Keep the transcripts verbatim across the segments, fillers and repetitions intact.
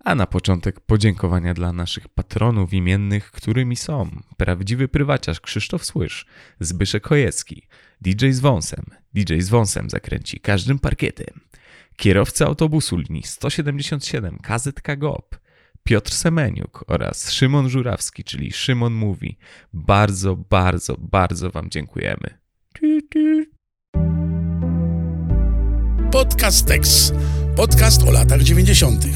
A na początek podziękowania dla naszych patronów imiennych, którymi są prawdziwy prywaciarz Krzysztof Słysz, Zbyszek Chojecki, D J z wąsem, D J z wąsem zakręci każdym parkietem, kierowca autobusu linii sto siedemdziesiąt siedem K Z K G O P, Piotr Semeniuk oraz Szymon Żurawski, czyli Szymon Mówi. Bardzo, bardzo, bardzo wam dziękujemy. Podcast Tex. Podcast o latach dziewięćdziesiątych.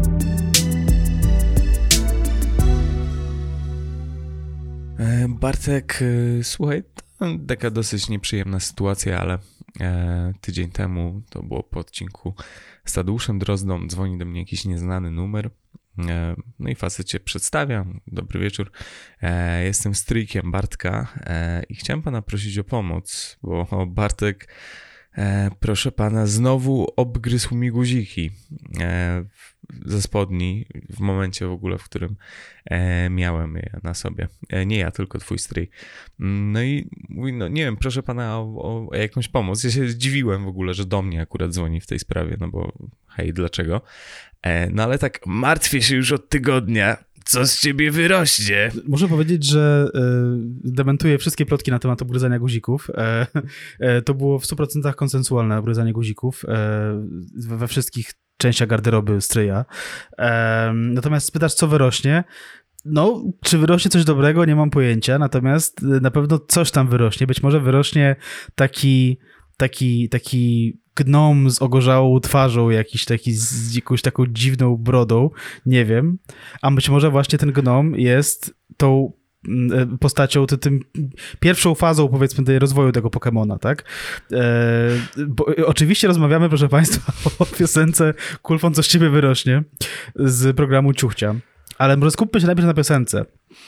Bartek, słuchaj, to taka dosyć nieprzyjemna sytuacja, ale tydzień temu, to było po odcinku z Tadeuszem Drozdą, dzwoni do mnie jakiś nieznany numer. No i facet cię przedstawia. Dobry wieczór. Jestem stryjkiem Bartka i chciałem pana prosić o pomoc, bo Bartek, proszę pana, znowu obgryzł mi guziki ze spodni w momencie w ogóle, w którym miałem je na sobie. Nie ja, tylko twój stryj. No i mówi, no nie wiem, proszę pana o, o jakąś pomoc. Ja się zdziwiłem w ogóle, że do mnie akurat dzwoni w tej sprawie, no bo hej, dlaczego? No ale tak martwię się już od tygodnia. Co z ciebie wyrośnie? Muszę powiedzieć, że y, dementuję wszystkie plotki na temat obgryzania guzików. E, e, to było w stu procentach konsensualne obgryzanie guzików e, we wszystkich częściach garderoby stryja. E, natomiast spytasz, co wyrośnie? No, czy wyrośnie coś dobrego? Nie mam pojęcia, natomiast na pewno coś tam wyrośnie. Być może wyrośnie taki, taki, taki gnom z ogorzałą twarzą, jakiś taki z jakąś taką dziwną brodą, nie wiem. A być może właśnie ten gnom jest tą postacią, ty, tym pierwszą fazą, powiedzmy, tej rozwoju tego Pokemona, tak? E, bo, oczywiście rozmawiamy, proszę państwa, o piosence Kulfon, co z ciebie wyrośnie z programu Ciuchcia, ale może skupmy się najpierw na piosence.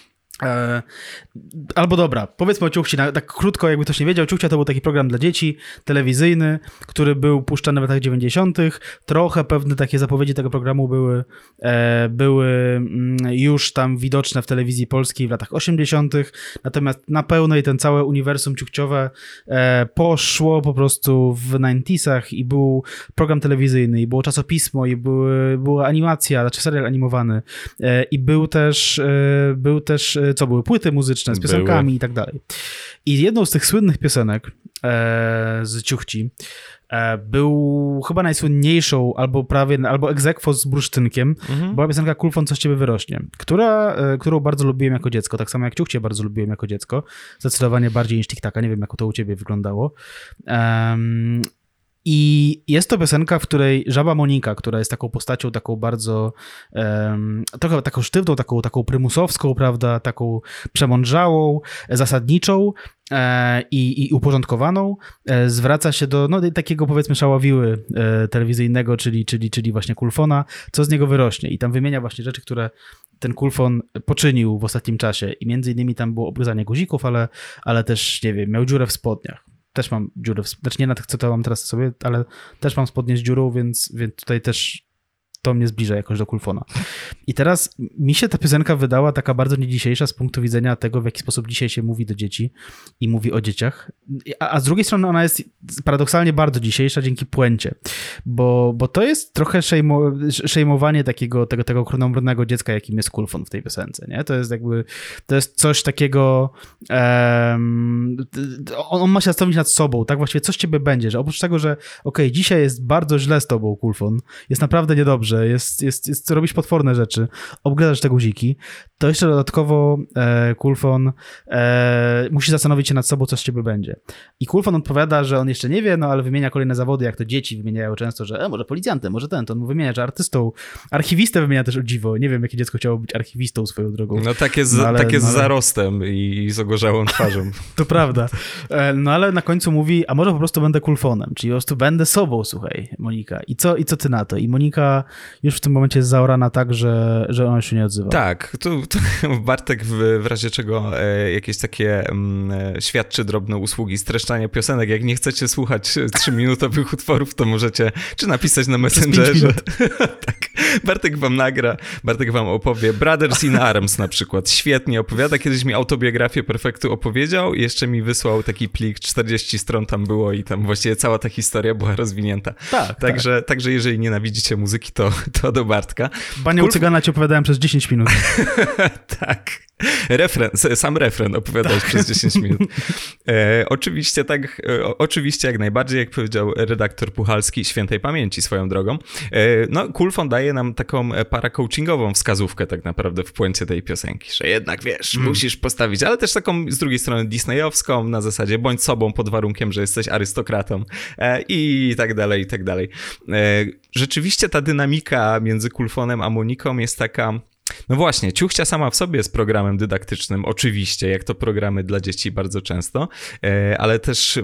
E, albo dobra, powiedzmy o Ciuchci, tak krótko, jakby ktoś nie wiedział. Ciuchcia to był taki program dla dzieci, telewizyjny, który był puszczany w latach dziewięćdziesiątych. Trochę pewne takie zapowiedzi tego programu były, e, były już tam widoczne w telewizji polskiej w latach osiemdziesiątych. Natomiast na pełnej ten całe uniwersum ciuchciowe e, poszło po prostu w dziewięćdziesiątych i był program telewizyjny, i było czasopismo, i były, była animacja, znaczy serial animowany, e, i był też, e, był też co były, płyty muzyczne z piosenkami były i tak dalej. I jedną z tych słynnych piosenek e, z Ciuchci e, był chyba najsłynniejszą, albo prawie, albo ex aequo z Brusztynkiem, mhm. była piosenka Kulfon, co z ciebie wyrośnie, która, e, którą bardzo lubiłem jako dziecko, tak samo jak Ciuchcie bardzo lubiłem jako dziecko, zdecydowanie bardziej niż Tik-Taka, nie wiem, jak to u ciebie wyglądało. Um, I jest to piosenka, w której żaba Monika, która jest taką postacią, taką bardzo, um, trochę taką sztywną, taką, taką prymusowską, prawda, taką przemądrzałą, zasadniczą e, i, i uporządkowaną, e, zwraca się do no, takiego, powiedzmy, szaławiły e, telewizyjnego, czyli, czyli, czyli właśnie Kulfona, co z niego wyrośnie. I tam wymienia właśnie rzeczy, które ten Kulfon poczynił w ostatnim czasie. I między innymi tam było obgryzanie guzików, ale, ale też, nie wiem, miał dziurę w spodniach. Też mam dziurę, w, znaczy nie na tych, co to mam teraz sobie, ale też mam spodnie z dziurą, więc, więc tutaj też to mnie zbliża jakoś do Kulfona. I teraz mi się ta piosenka wydała taka bardzo niedzisiejsza z punktu widzenia tego, w jaki sposób dzisiaj się mówi do dzieci i mówi o dzieciach. A, a z drugiej strony ona jest paradoksalnie bardzo dzisiejsza dzięki puencie, bo, bo to jest trochę szejmo, szejmowanie takiego tego, tego chronomrodnego dziecka, jakim jest Kulfon w tej piosence, nie? To jest jakby, to jest coś takiego, um, on, on ma się zastanowić nad sobą, tak? Właściwie coś ciebie będzie, że oprócz tego, że okej, okay, dzisiaj jest bardzo źle z tobą, Kulfon, jest naprawdę niedobrze, Jest, jest, jest, robisz potworne rzeczy, obgryzasz te guziki, to jeszcze dodatkowo e, Kulfon e, musi zastanowić się nad sobą, co z ciebie będzie. I Kulfon odpowiada, że on jeszcze nie wie, no ale wymienia kolejne zawody, jak to dzieci wymieniają często, że e, może policjantem, może ten, to on wymienia, że artystą, archiwistę wymienia też o dziwo. Nie wiem, jakie dziecko chciało być archiwistą swoją drogą. No takie z, no, ale, takie z no, ale... zarostem i z ogorzałą twarzą. To prawda. E, no ale na końcu mówi, a może po prostu będę Kulfonem, czyli po prostu będę sobą, słuchaj, Monika. I co, i co ty na to? I Monika już w tym momencie jest zaorana tak, że, że ona się nie odzywa. Tak, tu, tu Bartek w, w razie czego e, jakieś takie m, świadczy drobne usługi, streszczania piosenek. Jak nie chcecie słuchać trzyminutowych utworów, to możecie czy napisać na Messengerze. Tak, Bartek wam nagra, Bartek wam opowie. Brothers in Arms na przykład, świetnie opowiada. Kiedyś mi autobiografię Perfektu opowiedział i jeszcze mi wysłał taki plik, czterdzieści stron tam było i tam właściwie cała ta historia była rozwinięta. Tak, także, tak. także jeżeli nienawidzicie muzyki, to to, to do Bartka. Bania u Cygana ci opowiadałem przez dziesięć minut. Tak. Refren, sam refren opowiadałeś tak. przez dziesięć minut. E, oczywiście tak, e, oczywiście jak najbardziej, jak powiedział redaktor Puchalski, świętej pamięci swoją drogą. E, no, Kulfon daje nam taką paracoachingową wskazówkę tak naprawdę w puencie tej piosenki, że jednak wiesz, mm. musisz postawić, ale też taką z drugiej strony disneyowską, na zasadzie bądź sobą pod warunkiem, że jesteś arystokratą e, i tak dalej, i tak dalej. E, rzeczywiście ta dynamika między Kulfonem a Moniką jest taka. No właśnie, Ciuchcia sama w sobie jest programem dydaktycznym, oczywiście, jak to programy dla dzieci bardzo często, ale też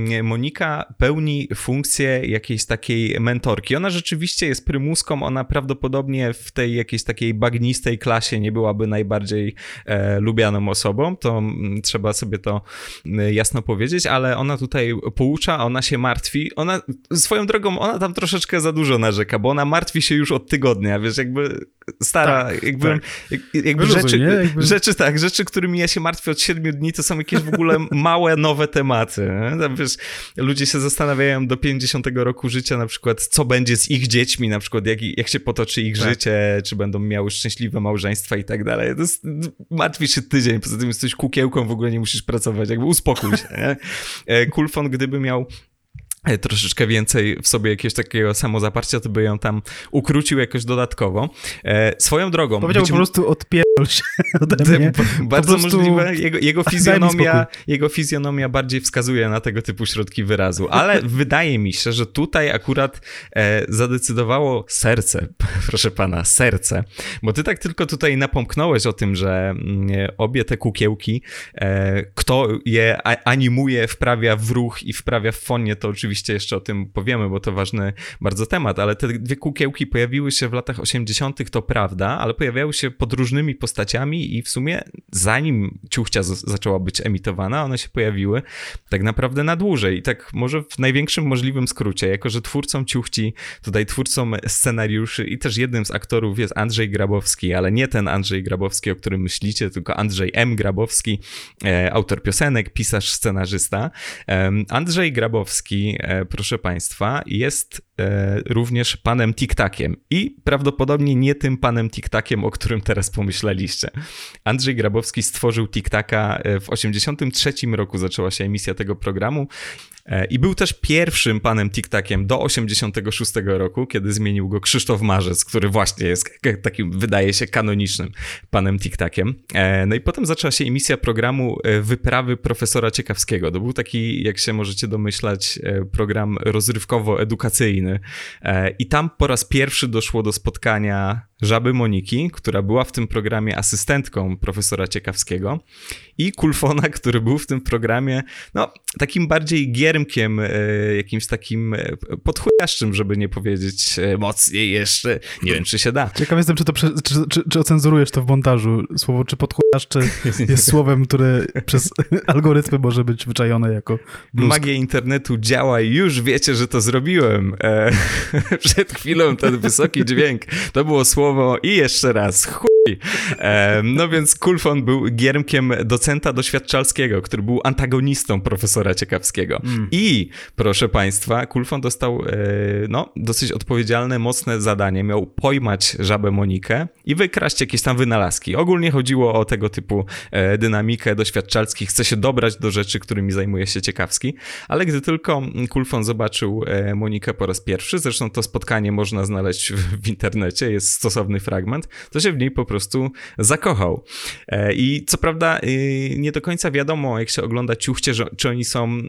Monika pełni funkcję jakiejś takiej mentorki. Ona rzeczywiście jest prymuską, ona prawdopodobnie w tej jakiejś takiej bagnistej klasie nie byłaby najbardziej e, lubianą osobą, to trzeba sobie to jasno powiedzieć, ale ona tutaj poucza, ona się martwi, ona swoją drogą, ona tam troszeczkę za dużo narzeka, bo ona martwi się już od tygodnia, wiesz, jakby stara, tak, jakby, tak. Jak, jakby rzeczy, jakby... rzeczy, tak, rzeczy, którymi ja się martwię od siedmiu dni, to są jakieś w ogóle małe, nowe tematy. Tam, wiesz, ludzie się zastanawiają do pięćdziesiątego roku życia na przykład, co będzie z ich dziećmi, na przykład jak, jak się potoczy ich tak. życie, czy będą miały szczęśliwe małżeństwa i tak dalej. To jest, martwisz się tydzień, poza tym jesteś kukiełką, w ogóle nie musisz pracować, jakby uspokój się. Nie? Kulfon, gdyby miał troszeczkę więcej w sobie jakiegoś takiego samozaparcia, to by ją tam ukrócił jakoś dodatkowo. E, swoją drogą... Powiedział być... po prostu odpierdol się ode mnie. Bardzo prostu... możliwe. Jego, jego, fizjonomia, jego fizjonomia bardziej wskazuje na tego typu środki wyrazu. Ale wydaje mi się, że tutaj akurat e, zadecydowało serce. Proszę pana, serce. Bo ty tak tylko tutaj napomknąłeś o tym, że e, obie te kukiełki, e, kto je animuje, wprawia w ruch i wprawia w fonie, to oczywiście jeszcze o tym powiemy, bo to ważny bardzo temat, ale te dwie kukiełki pojawiły się w latach osiemdziesiątych, to prawda, ale pojawiały się pod różnymi postaciami i w sumie zanim Ciuchcia z- zaczęła być emitowana, one się pojawiły tak naprawdę na dłużej i tak może w największym możliwym skrócie, jako że twórcą Ciuchci, tutaj twórcą scenariuszy i też jednym z aktorów jest Andrzej Grabowski, ale nie ten Andrzej Grabowski, o którym myślicie, tylko Andrzej M. Grabowski, e, autor piosenek, pisarz, scenarzysta. E, Andrzej Grabowski, proszę państwa, jest e, również panem Tiktakiem i prawdopodobnie nie tym panem Tiktakiem, o którym teraz pomyśleliście. Andrzej Grabowski stworzył Tiktaka w osiemdziesiątym trzecim roku, zaczęła się emisja tego programu e, i był też pierwszym panem Tiktakiem do osiemdziesiątego szóstego roku, kiedy zmienił go Krzysztof Marzec, który właśnie jest takim, wydaje się, kanonicznym panem Tiktakiem. E, no i potem zaczęła się emisja programu Wyprawy profesora Ciekawskiego. To był taki, jak się możecie domyślać, program rozrywkowo-edukacyjny i tam po raz pierwszy doszło do spotkania Żaby Moniki, która była w tym programie asystentką profesora Ciekawskiego i Kulfona, który był w tym programie no takim bardziej giermkiem, jakimś takim podchujaszczym, żeby nie powiedzieć mocniej jeszcze. Nie wiem, czy się da. Ciekaw jestem, czy, to, czy, czy, czy ocenzurujesz to w montażu. Słowo czy podchujaszczy jest słowem, które przez algorytmy może być wyczajone jako bluzk. Magia internetu działa i już wiecie, że to zrobiłem. E, przed chwilą ten wysoki dźwięk, to było słowo i jeszcze raz, chuj. E, no więc Kulfon był giermkiem docenta doświadczalskiego, który był antagonistą profesora Ciekawskiego. Mm. I, proszę państwa, Kulfon dostał e, no, dosyć odpowiedzialne, mocne zadanie. Miał pojmać Żabę Monikę i wykraść jakieś tam wynalazki. Ogólnie chodziło o tego typu e, dynamikę doświadczalski. Chce się dobrać do rzeczy, którymi zajmuje się Ciekawski. Ale gdy tylko Kulfon zobaczył e, Monikę po raz pierwszy, zresztą to spotkanie można znaleźć w, w internecie, jest stosowny fragment, to się w niej po prostu zakochał. E, I co prawda e, nie do końca wiadomo, jak się ogląda Ciuchcie, że, czy oni są e,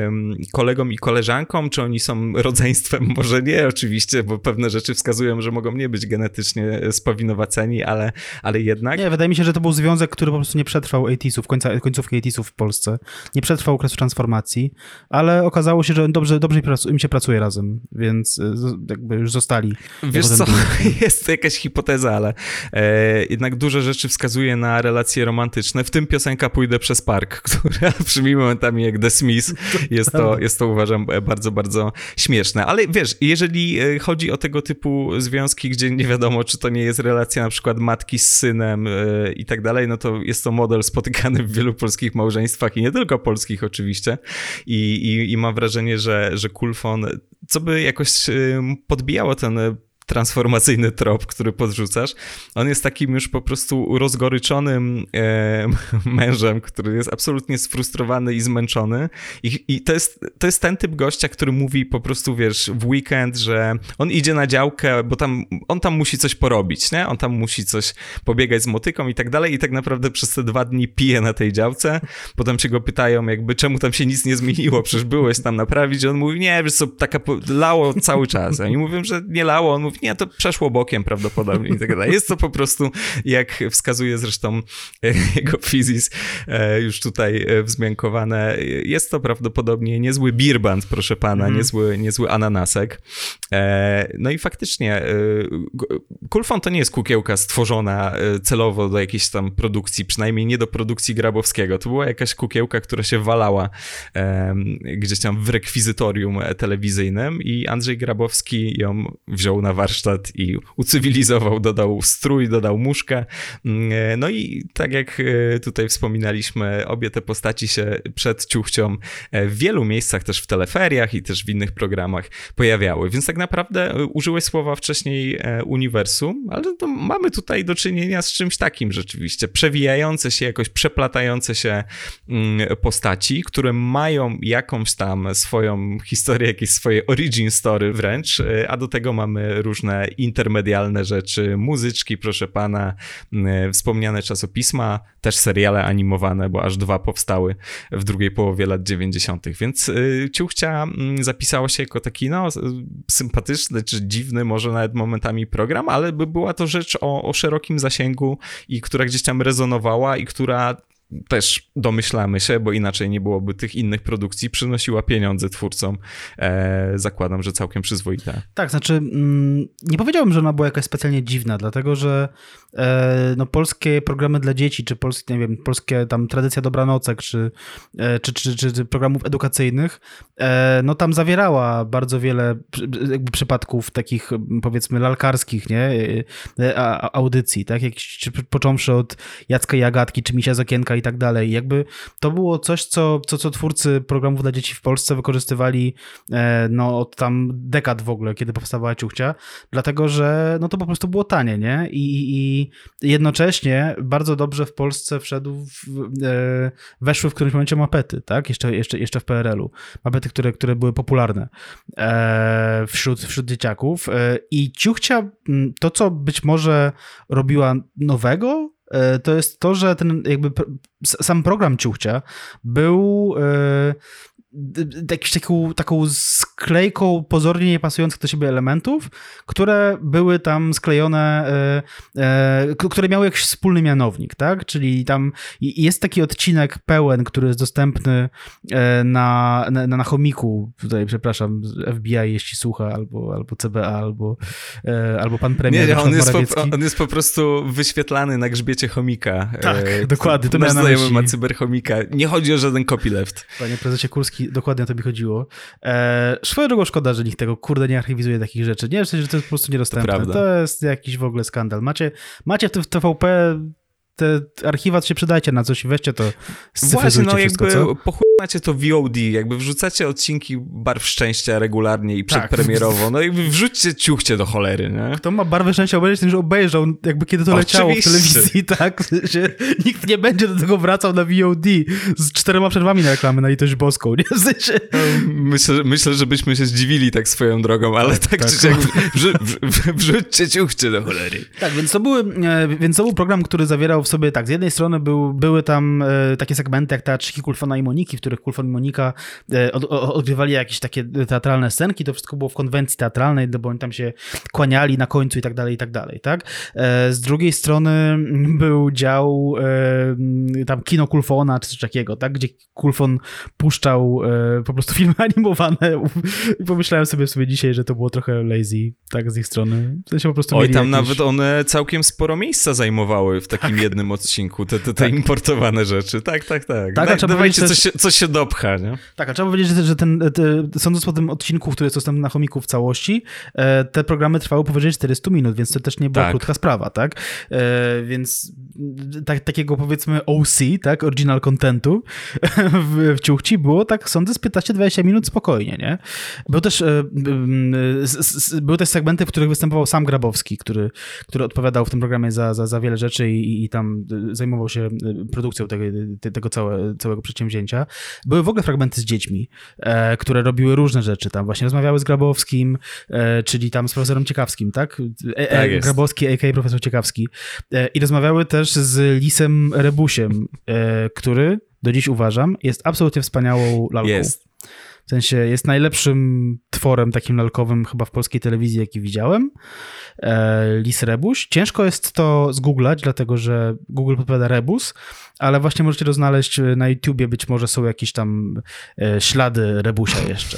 kolegą i koleżanką, czy oni są rodzeństwem, może nie oczywiście, bo pewne rzeczy wskazują, że mogą nie być genetycznie spowinowaceni, ale, ale jednak... Nie, wydaje mi się, że to był związek, który po prostu nie przetrwał osiemdziesiątych, końca, końcówki osiemdziesiątych w Polsce. Nie przetrwał okresu transformacji, ale okazało się, że dobrze, dobrze im się pracuje razem, więc jakby już zostali. Wiesz co, jest to jakaś hipoteza, ale e, jednak dużo rzeczy wskazuje na relacje romantyczne, w tym piosenka Pójdę przez park, która brzmi momentami jak The Smiths. Jest to, jest to uważam bardzo, bardzo śmieszne. Ale wiesz, jeżeli chodzi o tego typu związki, gdzie nie wiadomo, czy to nie jest relacja na przykład matki z synem e, i tak dalej, no to jest to model spotykany w wielu polskich małżeństwach i nie tylko polskich oczywiście. I, i, i mam wrażenie, że, że Kulfon, co by jakoś podbijało ten transformacyjny trop, który podrzucasz. On jest takim już po prostu rozgoryczonym e, mężem, który jest absolutnie sfrustrowany i zmęczony. I, i to, jest, to jest ten typ gościa, który mówi po prostu, wiesz, w weekend, że on idzie na działkę, bo tam on tam musi coś porobić, nie? On tam musi coś pobiegać z motyką i tak dalej i tak naprawdę przez te dwa dni pije na tej działce. Potem się go pytają, jakby czemu tam się nic nie zmieniło, przecież byłeś tam naprawić. On mówi, nie, wiesz co, taka po... lało cały czas. A oni mówią, że nie lało. On mówi, nie, to przeszło bokiem prawdopodobnie i tak dalej. Jest to po prostu, jak wskazuje zresztą jego fizis już tutaj wzmiankowane, jest to prawdopodobnie niezły birband, proszę pana, mm. niezły, niezły ananasek. No i faktycznie Kulfon to nie jest kukiełka stworzona celowo do jakiejś tam produkcji, przynajmniej nie do produkcji Grabowskiego. To była jakaś kukiełka, która się walała gdzieś tam w rekwizytorium telewizyjnym i Andrzej Grabowski ją wziął na warsztat i ucywilizował, dodał strój, dodał muszkę. No i tak jak tutaj wspominaliśmy, obie te postaci się przed Ciuchcią w wielu miejscach, też w teleferiach i też w innych programach pojawiały. Więc tak naprawdę użyłeś słowa wcześniej uniwersum, ale to mamy tutaj do czynienia z czymś takim rzeczywiście. Przewijające się, jakoś przeplatające się postaci, które mają jakąś tam swoją historię, jakieś swoje origin story wręcz, a do tego mamy różne intermedialne rzeczy, muzyczki, proszę pana, wspomniane czasopisma, też seriale animowane, bo aż dwa powstały w drugiej połowie lat dziewięćdziesiątych. Więc Ciuchcia zapisała się jako taki, no, sympatyczny czy dziwny, może nawet momentami program, ale by była to rzecz o, o szerokim zasięgu i która gdzieś tam rezonowała i która też domyślamy się, bo inaczej nie byłoby tych innych produkcji, przynosiła pieniądze twórcom. E, zakładam, że całkiem przyzwoite. Tak, znaczy mm, nie powiedziałbym, że ona była jakaś specjalnie dziwna, dlatego że e, no, polskie programy dla dzieci, czy polskie, nie wiem, polskie tam tradycja dobranocek, czy, e, czy, czy, czy, czy programów edukacyjnych, e, no tam zawierała bardzo wiele jakby przypadków takich, powiedzmy, lalkarskich, nie? E, a, audycji, tak? Jak, czy, począwszy od Jacka i Agatki, czy Misia z okienka i tak dalej. Jakby to było coś, co, co, co twórcy programów dla dzieci w Polsce wykorzystywali e, no od tam dekad w ogóle, kiedy powstawała Ciuchcia, dlatego, że no to po prostu było tanie, nie? I, i jednocześnie bardzo dobrze w Polsce wszedł, w, e, weszły w którymś momencie mapety, tak? Jeszcze, jeszcze, jeszcze w P R L-u. Mapety, które, które były popularne e, wśród, wśród dzieciaków e, i Ciuchcia, to co być może robiła nowego, to jest to, że ten jakby sam program Ciuchcia był e, jakąś taką, taką sklejką pozornie niepasujących do siebie elementów, które były tam sklejone, e, e, które miały jakiś wspólny mianownik, tak? Czyli tam jest taki odcinek pełen, który jest dostępny na, na, na chomiku, tutaj przepraszam, F B I jeśli słucha, albo, albo C B A, albo, e, albo pan premier. Nie, on jest, po, on jest po prostu wyświetlany na grzbiecie chomika. Tak, e, dokładnie. To nasz znajomy ma cyberchomika. Nie chodzi o żaden copyleft. Panie prezesie Kurski, dokładnie o to mi chodziło. E, swoją drogą szkoda, że nikt tego, kurde, nie archiwizuje takich rzeczy. Nie, w sensie, że to jest po prostu niedostępne. To, to jest jakiś w ogóle skandal. Macie, macie w T V P te archiwa, się przydajcie na coś i weźcie to, scyfryzujcie no wszystko, co? Pochłaniacie to V O D, jakby wrzucacie odcinki Barw Szczęścia regularnie i przedpremierowo, no jakby wrzućcie Ciuchcie do cholery, nie? Kto ma Barwę Szczęścia obejrzeć, ten już obejrzał, jakby kiedy to leciało Oczywiście. w telewizji, tak? Że nikt nie będzie do tego wracał na V O D z czterema przerwami na reklamy na litość boską, nie? W sensie... myślę, myślę, że byśmy się zdziwili tak swoją drogą, ale tak, tak, tak. czy jakby wrzu- w- wrzućcie Ciuchcie do cholery. Tak, więc to, były, więc to był program, który zawierał w sobie, tak, z jednej strony był, były tam e, takie segmenty jak teatrzyki Kulfona i Moniki, w których Kulfon i Monika e, od, o, odgrywali jakieś takie teatralne scenki, to wszystko było w konwencji teatralnej, bo oni tam się kłaniali na końcu i tak dalej, i tak dalej, tak? E, z drugiej strony był dział e, tam kino Kulfona, czy coś takiego, tak? Gdzie Kulfon puszczał e, po prostu filmy animowane i pomyślałem sobie sobie dzisiaj, że to było trochę lazy, tak, z ich strony. W sensie po prostu Oj, tam jakieś... nawet one całkiem sporo miejsca zajmowały w takim tak. jednym odcinku, te, te, te tak. importowane rzeczy. Tak, tak, tak. tak da, dawajcie coś, coś się dopcha, nie? Tak, a trzeba powiedzieć, że, że ten, te, sądząc po tym odcinku, który jest dostępny na chomiku w całości, te programy trwały powyżej czterysta minut, więc to też nie była tak. krótka sprawa, tak? Więc tak, takiego powiedzmy O C, tak? Original contentu w, w ciuchci było tak, sądzę, z piętnaście do dwudziestu minut spokojnie, nie? Był też, były też segmenty, w których występował sam Grabowski, który, który odpowiadał w tym programie za, za, za wiele rzeczy i, i tam zajmował się produkcją tego, tego całe, całego przedsięwzięcia. Były w ogóle fragmenty z dziećmi, e, które robiły różne rzeczy. Tam właśnie rozmawiały z Grabowskim, e, czyli tam z profesorem Ciekawskim, tak? E, tak e, Grabowski, a k a profesor Ciekawski. E, I rozmawiały też z Lisem Rebusiem, e, który, do dziś uważam, jest absolutnie wspaniałą lalką. Jest. W sensie jest najlepszym tworem takim lalkowym chyba w polskiej telewizji, jaki widziałem. E, Lis Rebuś. Ciężko jest to zgooglać, dlatego że Google podpowiada Rebus, ale właśnie możecie to znaleźć na YouTubie, być może są jakieś tam e, ślady Rebusia jeszcze.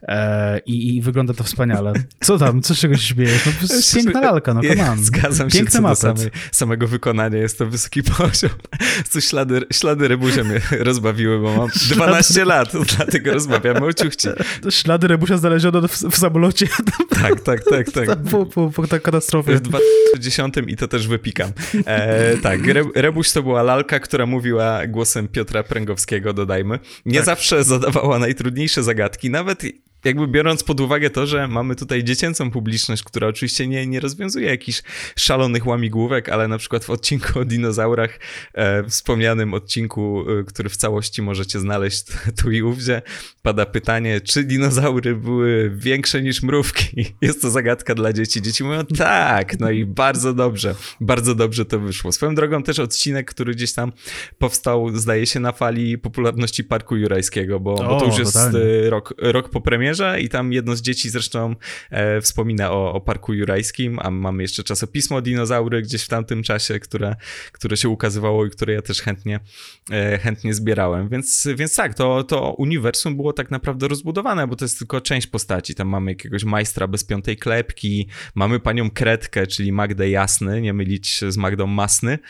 E, i, I wygląda to wspaniale. Co tam? Co z czego się śmiejesz? No, to jest piękna lalka, no come on. Zgadzam się, co do samej, samego wykonania. Jest to wysoki poziom. Co ślady, ślady Rebusia mnie rozbawiły, bo mam dwanaście lat, dlatego rozmawiamy o ciuchci. To ślady Rebusia znaleziono w, w samolocie. Tak, tak, tak. tak. Po, po, po tej katastrofie. W dwa tysiące dziesiątym i to też wypikam. E, tak, Re, Rebuś to była lalka, która mówiła głosem Piotra Pręgowskiego, dodajmy. Nie tak. zawsze zadawała najtrudniejsze zagadki, nawet jakby biorąc pod uwagę to, że mamy tutaj dziecięcą publiczność, która oczywiście nie, nie rozwiązuje jakichś szalonych łamigłówek, ale na przykład w odcinku o dinozaurach, e, wspomnianym odcinku, e, który w całości możecie znaleźć tu i ówdzie, pada pytanie, czy dinozaury były większe niż mrówki? Jest to zagadka dla dzieci. Dzieci mówią tak, no i bardzo dobrze, bardzo dobrze to wyszło. Swoją drogą też odcinek, który gdzieś tam powstał, zdaje się, na fali popularności Parku Jurajskiego, bo, o, bo to już jest totalnie. rok, rok po premierze i tam jedno z dzieci zresztą e, wspomina o, o Parku Jurajskim, a mamy jeszcze czasopismo Dinozaury gdzieś w tamtym czasie, które, które się ukazywało i które ja też chętnie, e, chętnie zbierałem. Więc, więc tak, to, to uniwersum było tak naprawdę rozbudowane, bo to jest tylko część postaci. Tam mamy jakiegoś majstra bez piątej klepki, mamy panią Kretkę, czyli Magdę Jasny, nie mylić z Magdą Masny.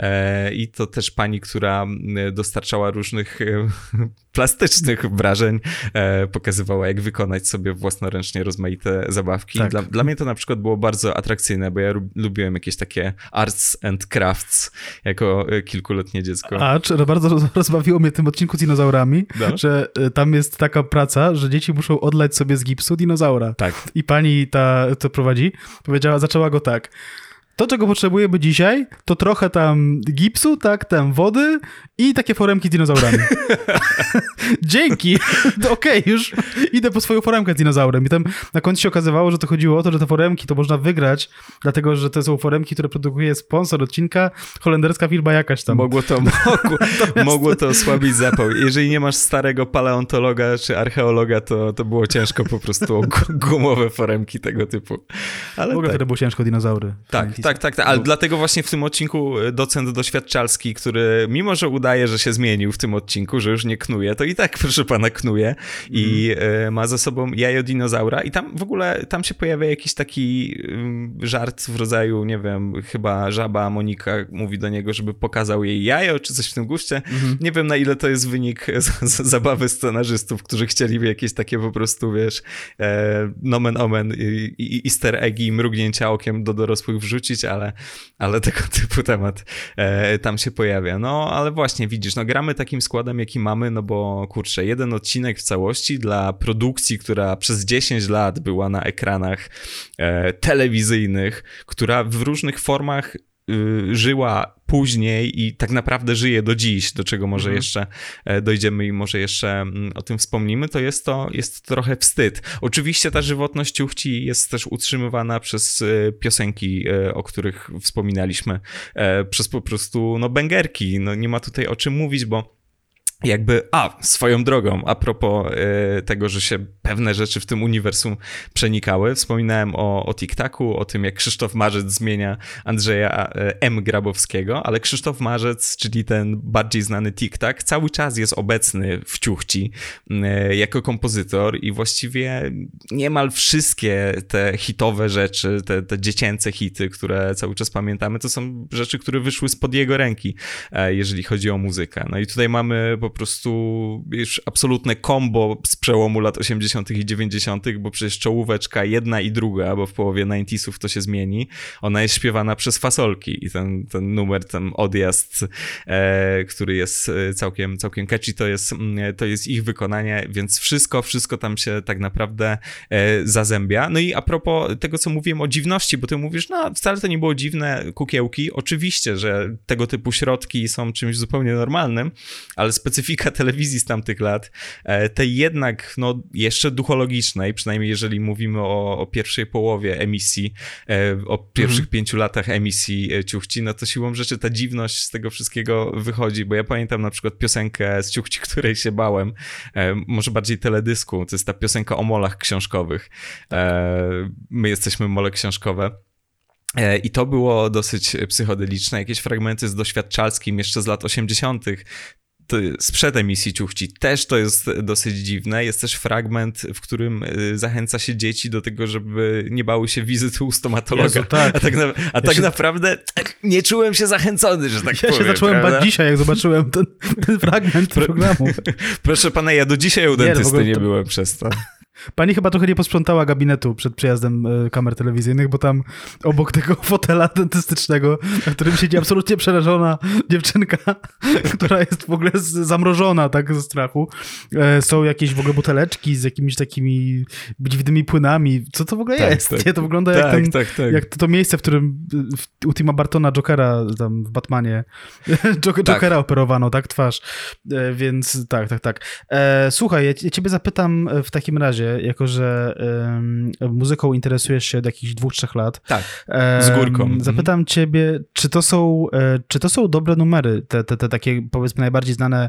E, I to też pani, która dostarczała różnych e, plastycznych wrażeń, e, pokazywała, jak wykonać sobie własnoręcznie rozmaite zabawki. Tak. Dla, dla mnie to na przykład było bardzo atrakcyjne, bo ja lubiłem jakieś takie arts and crafts jako kilkuletnie dziecko. Acz, bardzo rozbawiło mnie w tym odcinku z dinozaurami, no? Że tam jest taka praca, że dzieci muszą odlać sobie z gipsu dinozaura. Tak. I pani ta, to prowadzi, powiedziała, zaczęła go tak. To, czego potrzebujemy dzisiaj, to trochę tam gipsu, tak, tam wody i takie foremki z dinozaurami. Dzięki! Okej, okay, już idę po swoją foremkę z dinozaurem. I tam na końcu się okazywało, że to chodziło o to, że te foremki to można wygrać, dlatego, że to są foremki, które produkuje sponsor odcinka, holenderska firma jakaś tam. Mogło to, mogło, mogło to osłabić zapał. Jeżeli nie masz starego paleontologa czy archeologa, to, to było ciężko po prostu o gumowe foremki tego typu. Ale w ogóle tak. to było ciężko dinozaury. Tak, tak, tak, tak, ale bo... dlatego właśnie w tym odcinku docent doświadczalski, który mimo, że udaje, że się zmienił w tym odcinku, że już nie knuje, to i tak, proszę pana, knuje i mm. y, ma za sobą jajo dinozaura i tam w ogóle, tam się pojawia jakiś taki y, żart w rodzaju, nie wiem, chyba żaba Monika mówi do niego, żeby pokazał jej jajo, czy coś w tym guście. Mm-hmm. Nie wiem, na ile to jest wynik z, z zabawy scenarzystów, którzy chcieli jakieś takie po prostu, wiesz, e, nomen omen i, i easter eggi i mrugnięcia okiem do dorosłych wrzucić, ale, ale tego typu temat e, tam się pojawia. No, ale właśnie widzisz, no gramy takim składem, jaki mamy, no bo kurczę, jeden odcinek w całości dla produkcji, która przez dziesięć lat była na ekranach e, telewizyjnych, która w różnych formach y, żyła później i tak naprawdę żyje do dziś, do czego może mhm. jeszcze dojdziemy i może jeszcze o tym wspomnimy, to jest to jest trochę wstyd. Oczywiście ta żywotność ciuchci jest też utrzymywana przez piosenki, o których wspominaliśmy, przez po prostu no bęgerki. No nie ma tutaj o czym mówić, bo jakby, a, swoją drogą, a propos y, tego, że się pewne rzeczy w tym uniwersum przenikały, wspominałem o, o Tik-Taku, o tym, jak Krzysztof Marzec zmienia Andrzeja y, M. Grabowskiego, ale Krzysztof Marzec, czyli ten bardziej znany Tik-Tak, cały czas jest obecny w ciuchci y, jako kompozytor i właściwie niemal wszystkie te hitowe rzeczy, te, te dziecięce hity, które cały czas pamiętamy, to są rzeczy, które wyszły spod jego ręki, y, jeżeli chodzi o muzykę. No i tutaj mamy po prostu już absolutne combo z przełomu lat osiemdziesiątych i dziewięćdziesiątych, bo przecież czołóweczka jedna i druga, bo w połowie dziewięćdziesiątych to się zmieni, ona jest śpiewana przez Fasolki i ten, ten numer, ten odjazd, e, który jest całkiem, całkiem catchy, to jest, to jest ich wykonanie, więc wszystko, wszystko tam się tak naprawdę e, zazębia. No i a propos tego, co mówiłem o dziwności, bo ty mówisz, no wcale to nie było dziwne, kukiełki. Oczywiście, że tego typu środki są czymś zupełnie normalnym, ale specyfika telewizji z tamtych lat, e, tej jednak no, jeszcze duchologicznej, przynajmniej jeżeli mówimy o, o pierwszej połowie emisji, e, o pierwszych mhm. pięciu latach emisji e, Ciuchci, no to siłą rzeczy ta dziwność z tego wszystkiego wychodzi, bo ja pamiętam na przykład piosenkę z Ciuchci, której się bałem, e, może bardziej teledysku, to jest ta piosenka o molach książkowych. E, my jesteśmy mole książkowe. I to było dosyć psychodeliczne. Jakieś fragmenty z Doświadczalskim jeszcze z lat osiemdziesiątych. To sprzed emisji Ciuchci. Też to jest dosyć dziwne. Jest też fragment, w którym zachęca się dzieci do tego, żeby nie bały się wizyty u stomatologa. Jezu, tak. A tak, na, a ja tak się... naprawdę nie czułem się zachęcony, że tak ja powiem. Ja się zacząłem prawda? bać dzisiaj, jak zobaczyłem ten, ten fragment Pro... programu. Proszę pana, ja do dzisiaj u dentysty nie, nie to... byłem przez to. Pani chyba trochę nie posprzątała gabinetu przed przyjazdem y, kamer telewizyjnych, bo tam obok tego fotela dentystycznego, na którym siedzi absolutnie przerażona dziewczynka, która jest w ogóle z, zamrożona tak ze strachu, y, są jakieś w ogóle buteleczki z jakimiś takimi dziwnymi płynami. Co to w ogóle tak, jest? Tak. Nie, to wygląda tak, jak, ten, tak, tak. jak to, to miejsce, w którym w, u Tima Bartona Jokera tam w Batmanie Jokera tak. operowano, tak? Twarz. Y, więc tak, tak, tak. E, słuchaj, ja, ja ciebie zapytam w takim razie, jako że um, muzyką interesujesz się od jakichś dwóch, trzech lat. Tak, z górką. Um, zapytam mhm. ciebie, czy to są, e, czy to są dobre numery, te, te, te takie powiedzmy najbardziej znane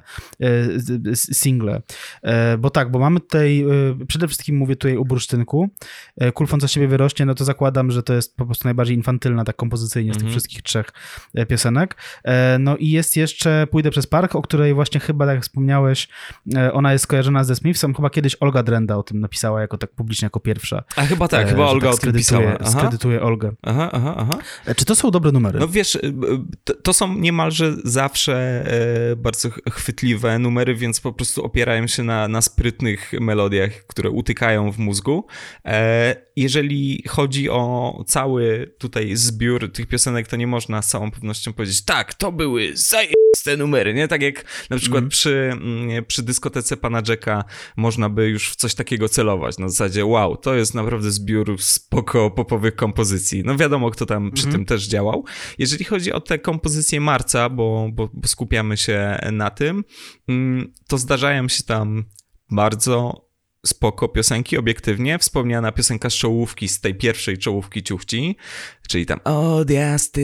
e, single. E, bo tak, bo mamy tutaj, e, przede wszystkim mówię tutaj o Bursztynku. E, Kulfon za siebie wyrośnie, no to zakładam, że to jest po prostu najbardziej infantylna tak kompozycyjnie z tych mhm. wszystkich trzech e, piosenek. E, no i jest jeszcze Pójdę przez park, o której właśnie chyba, tak jak wspomniałeś, e, ona jest skojarzona ze Smithsem. Chyba kiedyś Olga Drenda o tym napisała jako tak publicznie, jako pierwsza. A chyba tak, e, chyba Olga tak o tym pisała. Aha. Skredytuje Olgę. Aha, aha, aha. E, czy to są dobre numery? No wiesz, to, to są niemalże zawsze e, bardzo chwytliwe numery, więc po prostu opierają się na, na sprytnych melodiach, które utykają w mózgu. E, jeżeli chodzi o cały tutaj zbiór tych piosenek, to nie można z całą pewnością powiedzieć, tak, to były zajebiste numery, nie? Tak jak na przykład mm. przy, przy dyskotece Pana Jacka można by już w coś takiego celować. Na zasadzie, wow, to jest naprawdę zbiór spoko popowych kompozycji. No wiadomo, kto tam przy mm. tym też działał. Jeżeli chodzi o te kompozycje Marca, bo, bo, bo skupiamy się na tym, to zdarzają się tam bardzo spoko piosenki, obiektywnie. Wspomniana piosenka z czołówki, z tej pierwszej czołówki Ciuchci, czyli tam odjazd,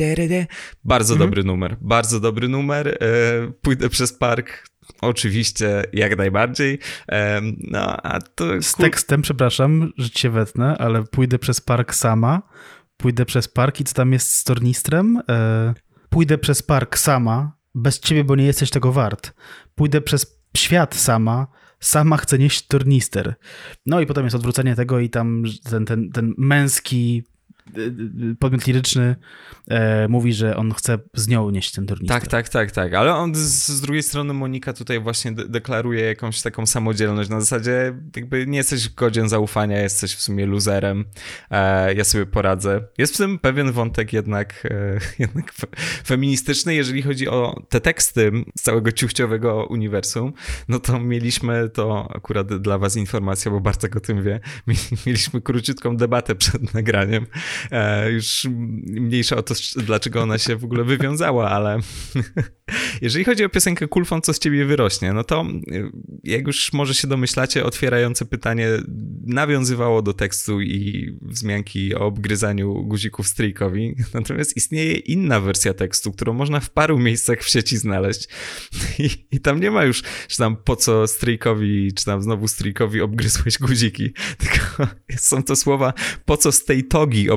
bardzo mm. dobry numer, bardzo dobry numer. Pójdę przez park, oczywiście, jak najbardziej. No, a to... Z tekstem, przepraszam, że cię wetnę, ale pójdę przez park sama, pójdę przez park i co tam jest z tornistrem? Pójdę przez park sama, bez ciebie, bo nie jesteś tego wart. Pójdę przez świat sama, sama chcę nieść tornister. No i potem jest odwrócenie tego i tam ten, ten, ten męski podmiot liryczny e, mówi, że on chce z nią nieść ten tornister. Tak, tak, tak, tak. Ale on z, z drugiej strony Monika tutaj właśnie de- deklaruje jakąś taką samodzielność. Na zasadzie jakby nie jesteś godzien zaufania, jesteś w sumie luzerem. E, ja sobie poradzę. Jest w tym pewien wątek jednak, e, jednak fe- feministyczny. Jeżeli chodzi o te teksty z całego ciuchciowego uniwersum, no to mieliśmy, to akurat dla was informacja, bo Bartek o tym wie, mieliśmy króciutką debatę przed nagraniem. E, już mniejsza o to, dlaczego ona się w ogóle wywiązała, ale jeżeli chodzi o piosenkę Kulfon, co z ciebie wyrośnie, no to jak już może się domyślacie, otwierające pytanie nawiązywało do tekstu i wzmianki o obgryzaniu guzików stryjkowi, natomiast istnieje inna wersja tekstu, którą można w paru miejscach w sieci znaleźć i, i tam nie ma już, że tam po co stryjkowi, czy tam znowu stryjkowi obgryzłeś guziki, tylko są to słowa, po co z tej togi obgryzłeś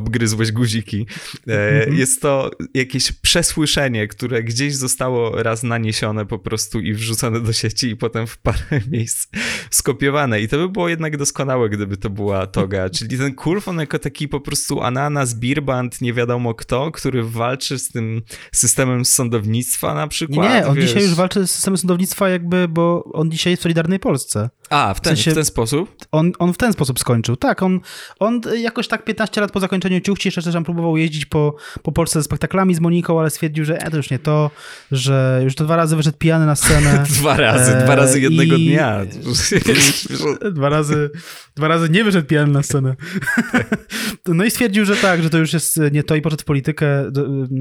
obgryzłeś guziki. E, jest to jakieś przesłyszenie, które gdzieś zostało raz naniesione po prostu i wrzucone do sieci i potem w parę miejsc skopiowane. I to by było jednak doskonałe, gdyby to była toga. Czyli ten Kulfon jako taki po prostu ananas, birband, nie wiadomo kto, który walczy z tym systemem sądownictwa na przykład. Nie, nie on wiesz. dzisiaj już walczy z systemem sądownictwa jakby, bo on dzisiaj jest w Solidarnej Polsce. A, w ten, w, sensie, w ten sposób? On, on w ten sposób skończył. Tak, on, on jakoś tak piętnaście lat po zakończeniu Ciuchci jeszcze też tam próbował jeździć po, po Polsce ze spektaklami z Moniką, ale stwierdził, że e, to już nie to, że już to dwa razy wyszedł pijany na scenę. dwa razy, e, dwa razy jednego i... dnia. dwa razy, dwa razy nie wyszedł pijany na scenę. No i stwierdził, że tak, że to już jest nie to i poszedł w politykę,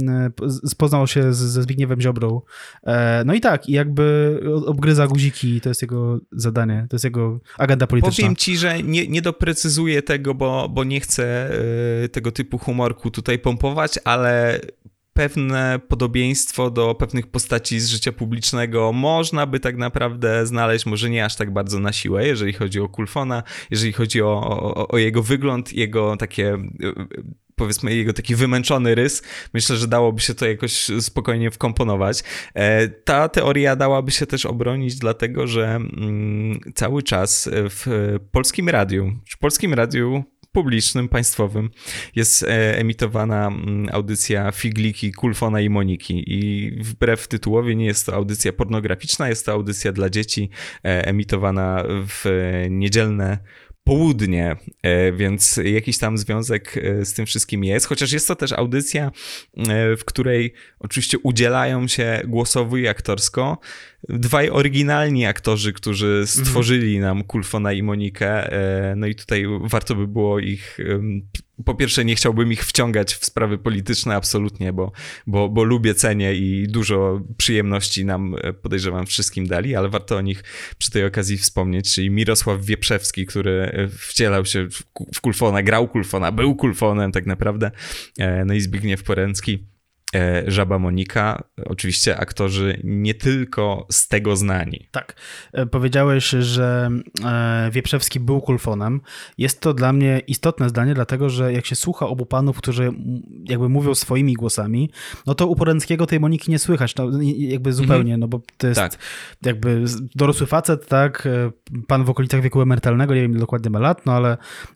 poznał się ze Zbigniewem Ziobrą. E, no i tak, i jakby obgryza guziki, to jest jego zadanie, to jest jego agenda polityczna. Powiem ci, że nie, nie doprecyzuję tego, bo, bo nie chcę y, tego typu humorku tutaj pompować, ale pewne podobieństwo do pewnych postaci z życia publicznego można by tak naprawdę znaleźć, może nie aż tak bardzo na siłę, jeżeli chodzi o Kulfona, jeżeli chodzi o, o, o jego wygląd, jego takie... powiedzmy jego taki wymęczony rys, myślę, że dałoby się to jakoś spokojnie wkomponować. Ta teoria dałaby się też obronić dlatego, że cały czas w polskim radiu, w polskim radiu publicznym, państwowym jest emitowana audycja Figliki, Kulfona i Moniki i wbrew tytułowi nie jest to audycja pornograficzna, jest to audycja dla dzieci emitowana w niedzielne południe, więc jakiś tam związek z tym wszystkim jest, chociaż jest to też audycja, w której oczywiście udzielają się głosowo i aktorsko dwaj oryginalni aktorzy, którzy stworzyli nam Kulfona i Monikę, no i tutaj warto by było ich, po pierwsze nie chciałbym ich wciągać w sprawy polityczne absolutnie, bo, bo, bo lubię, cenię i dużo przyjemności nam, podejrzewam, wszystkim dali, ale warto o nich przy tej okazji wspomnieć, czyli Mirosław Wieprzewski, który wcielał się w Kulfona, grał Kulfona, był Kulfonem tak naprawdę, no i Zbigniew Poręcki, Żaba Monika, oczywiście aktorzy nie tylko z tego znani. Tak, powiedziałeś, że Wieprzewski był Kulfonem. Jest to dla mnie istotne zdanie, dlatego że jak się słucha obu panów, którzy jakby mówią swoimi głosami, no to u Poręckiego tej Moniki nie słychać, no, jakby zupełnie, mm-hmm. no bo to jest tak. jakby dorosły facet, tak, pan w okolicach wieku emerytalnego, nie wiem ile dokładnie ma lat, no ale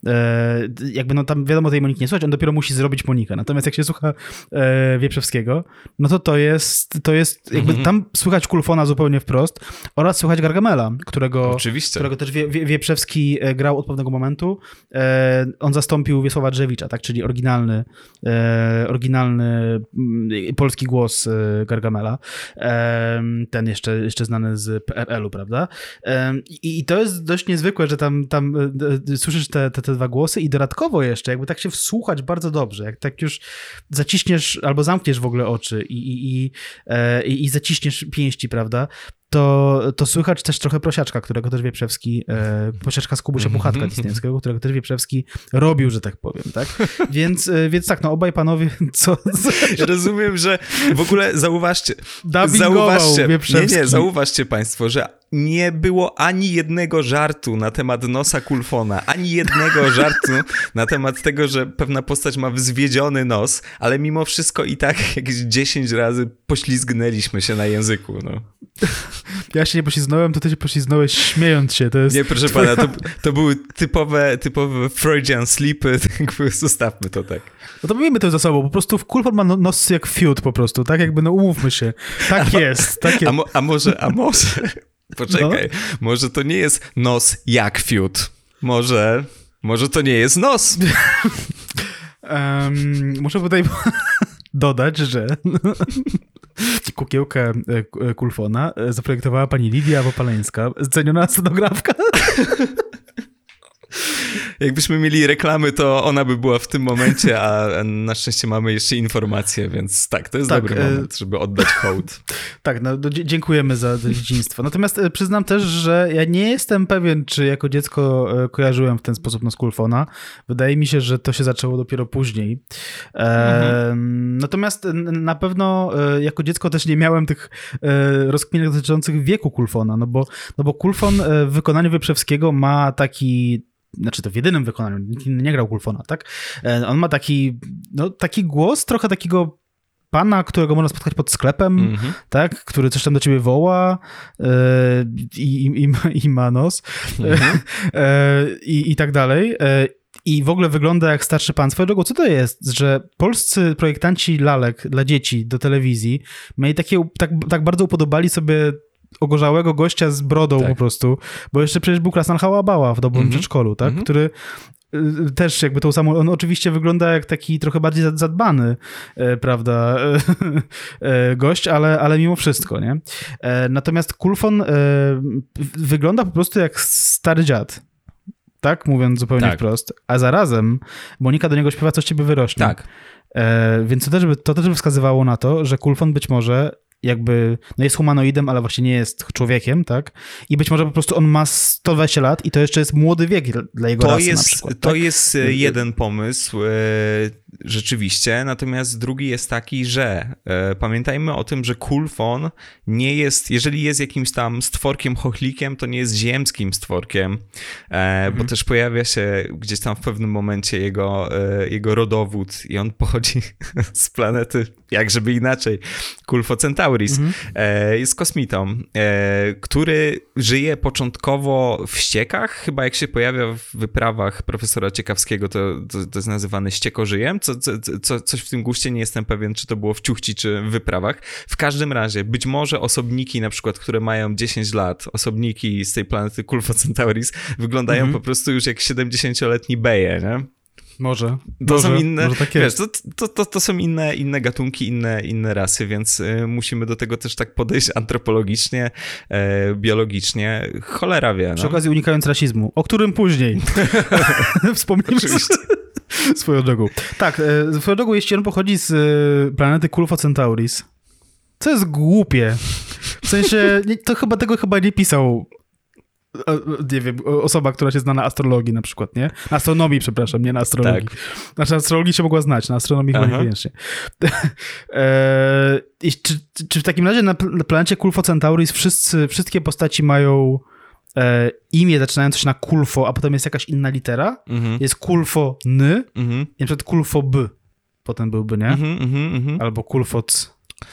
jakby no tam wiadomo tej Moniki nie słychać, on dopiero musi zrobić Monikę. Natomiast jak się słucha Wieprzewskiego, no to to jest, to jest jakby mm-hmm. tam słychać Kulfona zupełnie wprost oraz słychać Gargamela, którego, Oczywiście. którego też Wie, Wie, Wieprzewski grał od pewnego momentu. E, on zastąpił Wiesława Drzewicza, tak, czyli oryginalny, e, oryginalny polski głos Gargamela. E, ten jeszcze, jeszcze znany z P R L u, prawda? E, i, I to jest dość niezwykłe, że tam, tam e, słyszysz te, te, te dwa głosy i dodatkowo jeszcze jakby tak się wsłuchać bardzo dobrze, jak tak już zaciśniesz albo zamkniesz w ogóle oczy i, i, i, e, i zaciśniesz pięści, prawda, to, to słychać też trochę Prosiaczka, którego też Wieprzewski, e, Prosiaczka z Kubusia Puchatka Disneyskiego, którego też Wieprzewski robił, że tak powiem, tak? Więc, e, więc tak, no obaj panowie, co... Ja rozumiem, że w ogóle zauważcie, Dubbingował zauważcie, Wieprzewski. nie, nie, zauważcie państwo, że nie było ani jednego żartu na temat nosa Kulfona, ani jednego żartu na temat tego, że pewna postać ma wzwiedziony nos, ale mimo wszystko i tak jakieś dziesięć razy poślizgnęliśmy się na języku, no. Ja się nie poślizgnąłem, to ty się poślizgnąłeś śmiejąc się. To jest nie, proszę twoja... pana, to, to były typowe, typowe Freudian slipy, tak, zostawmy to tak. No to miejmy to za sobą, po prostu Kulfon ma nos jak fiut po prostu, tak jakby, no umówmy się. Tak a, jest. Tak jest. A, mo, a może, a może, poczekaj, no? Może to nie jest nos jak fiut, może, może to nie jest nos. um, muszę tutaj dodać, że... Kukiełkę Kulfona zaprojektowała pani Lidia Wopaleńska, ceniona scenografka. Jakbyśmy mieli reklamy, to ona by była w tym momencie, a na szczęście mamy jeszcze informacje, więc tak, to jest tak, dobry moment, żeby oddać hołd. Tak, no dziękujemy za dzieciństwo. Natomiast przyznam też, że ja nie jestem pewien, czy jako dziecko kojarzyłem w ten sposób nos Kulfona. Wydaje mi się, że to się zaczęło dopiero później. Mhm. Natomiast na pewno jako dziecko też nie miałem tych rozkminek dotyczących wieku Kulfona, no bo, no bo Kulfon w wykonaniu Wieprzewskiego ma taki znaczy to w jedynym wykonaniu, nikt inny nie grał Kulfona, tak? On ma taki, no taki głos, trochę takiego pana, którego można spotkać pod sklepem, mm-hmm. tak? Który coś tam do ciebie woła yy, i, i, i ma nos mm-hmm. yy, i, i tak dalej. Yy, I w ogóle wygląda jak starszy pan. Swoją drogą, co to jest, że polscy projektanci lalek dla dzieci do telewizji mieli takie, tak, tak bardzo upodobali sobie ogorzałego gościa z brodą tak. po prostu, bo jeszcze przecież był Krasnal Hałabała w dobrym mm-hmm. przedszkolu, tak? Mm-hmm. Który też jakby tą samą, on oczywiście wygląda jak taki trochę bardziej zadbany, e, prawda, e, gość, ale, ale mimo wszystko, nie? E, natomiast Kulfon e, wygląda po prostu jak stary dziad, tak? Mówiąc zupełnie tak. wprost. A zarazem Monika do niego śpiewa Coś ciebie wyrośnie. Tak. E, więc to też, by, to też by wskazywało na to, że Kulfon być może jakby, no jest humanoidem, ale właśnie nie jest człowiekiem, tak? I być może po prostu on ma sto dwadzieścia lat i to jeszcze jest młody wiek dla jego to rasy jest, na przykład. To tak? jest jeden pomysł, e, rzeczywiście, natomiast drugi jest taki, że e, pamiętajmy o tym, że Kulfon nie jest, jeżeli jest jakimś tam stworkiem chochlikiem, to nie jest ziemskim stworkiem, e, mhm. bo też pojawia się gdzieś tam w pewnym momencie jego, e, jego rodowód i on pochodzi z planety, jak żeby inaczej, Kulfo Centauris. Mhm. E, jest kosmitą, e, który żyje początkowo w ściekach, chyba jak się pojawia w wyprawach profesora Ciekawskiego, to, to, to jest nazywane ściekożyjem, co, co, co, coś w tym guście, nie jestem pewien, czy to było w Ciuchci, czy w wyprawach. W każdym razie, być może osobniki na przykład, które mają dziesięć lat, osobniki z tej planety Kulfo Centauris, wyglądają mhm. po prostu już jak siedemdziesięcioletni beje, nie? Może. To może, są inne, może tak wiesz, to, to, to, to są inne, inne gatunki, inne, inne rasy, więc y, musimy do tego też tak podejść antropologicznie, e, biologicznie. Cholera wie. Przy no. okazji unikając rasizmu, o którym później wspomnimy swoją drogą. Tak, e, swoją drogą, jeśli on pochodzi z e, planety Kulfo Centauris, co jest głupie. W sensie, nie, to chyba tego chyba nie pisał nie wiem, osoba, która się zna na astrologii na przykład, nie? Na astronomii, przepraszam, nie na astrologii. Tak. Znaczy, astrologii się mogła znać, na astronomii chyba niekoniecznie. e, czy, czy w takim razie na planecie Kulfo Centauris wszyscy, wszystkie postaci mają e, imię zaczynające się na Kulfo, a potem jest jakaś inna litera? Mhm. Jest Kulfo N mhm. i na przykład Kulfo B potem byłby, nie? Mhm, mhm, mhm. Albo Kulfo C.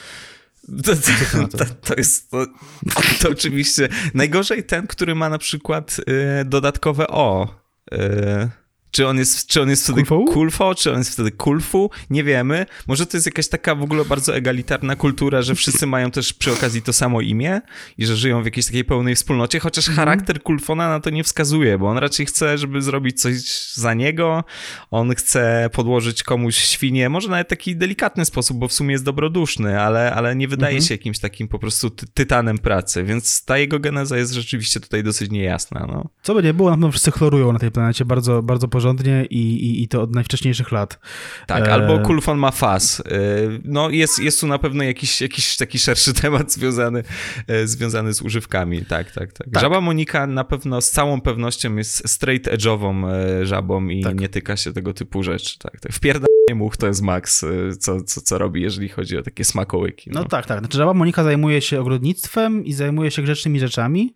To, to, to, to jest to, to oczywiście najgorzej ten, który ma na przykład y, dodatkowe O. Y, czy on jest, czy on jest wtedy Kulfo? Kulfo, czy on jest wtedy Kulfu? Nie wiemy. Może to jest jakaś taka w ogóle bardzo egalitarna kultura, że wszyscy mają też przy okazji to samo imię i że żyją w jakiejś takiej pełnej wspólnocie, chociaż mm. charakter Kulfona na to nie wskazuje, bo on raczej chce, żeby zrobić coś za niego, on chce podłożyć komuś świnię, może nawet taki delikatny sposób, bo w sumie jest dobroduszny, ale, ale nie wydaje mm-hmm. się jakimś takim po prostu ty- tytanem pracy, więc ta jego geneza jest rzeczywiście tutaj dosyć niejasna. No. Co by nie było, na pewno wszyscy chlorują na tej planecie bardzo, bardzo porządnie i, i, i to od najwcześniejszych lat. Tak, e... albo Kulfon ma faz. No jest, jest tu na pewno jakiś, jakiś taki szerszy temat związany, związany z używkami. Tak, tak, tak, tak. Żaba Monika na pewno z całą pewnością jest straight edge'ową żabą i tak. nie tyka się tego typu rzeczy. Tak, tak. Wpierdanie much to jest Max, co, co, co robi, jeżeli chodzi o takie smakołyki. No, no tak, tak. Znaczy, żaba Monika zajmuje się ogrodnictwem i zajmuje się grzecznymi rzeczami.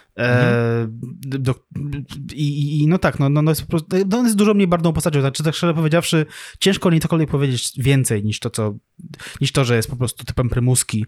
E, do, i, i no tak, no, no, no jest po prostu, no on jest dużo mniej barwną postacią, znaczy tak szczerze powiedziawszy, ciężko o niej cokolwiek powiedzieć więcej niż to, co, niż to, że jest po prostu typem prymuski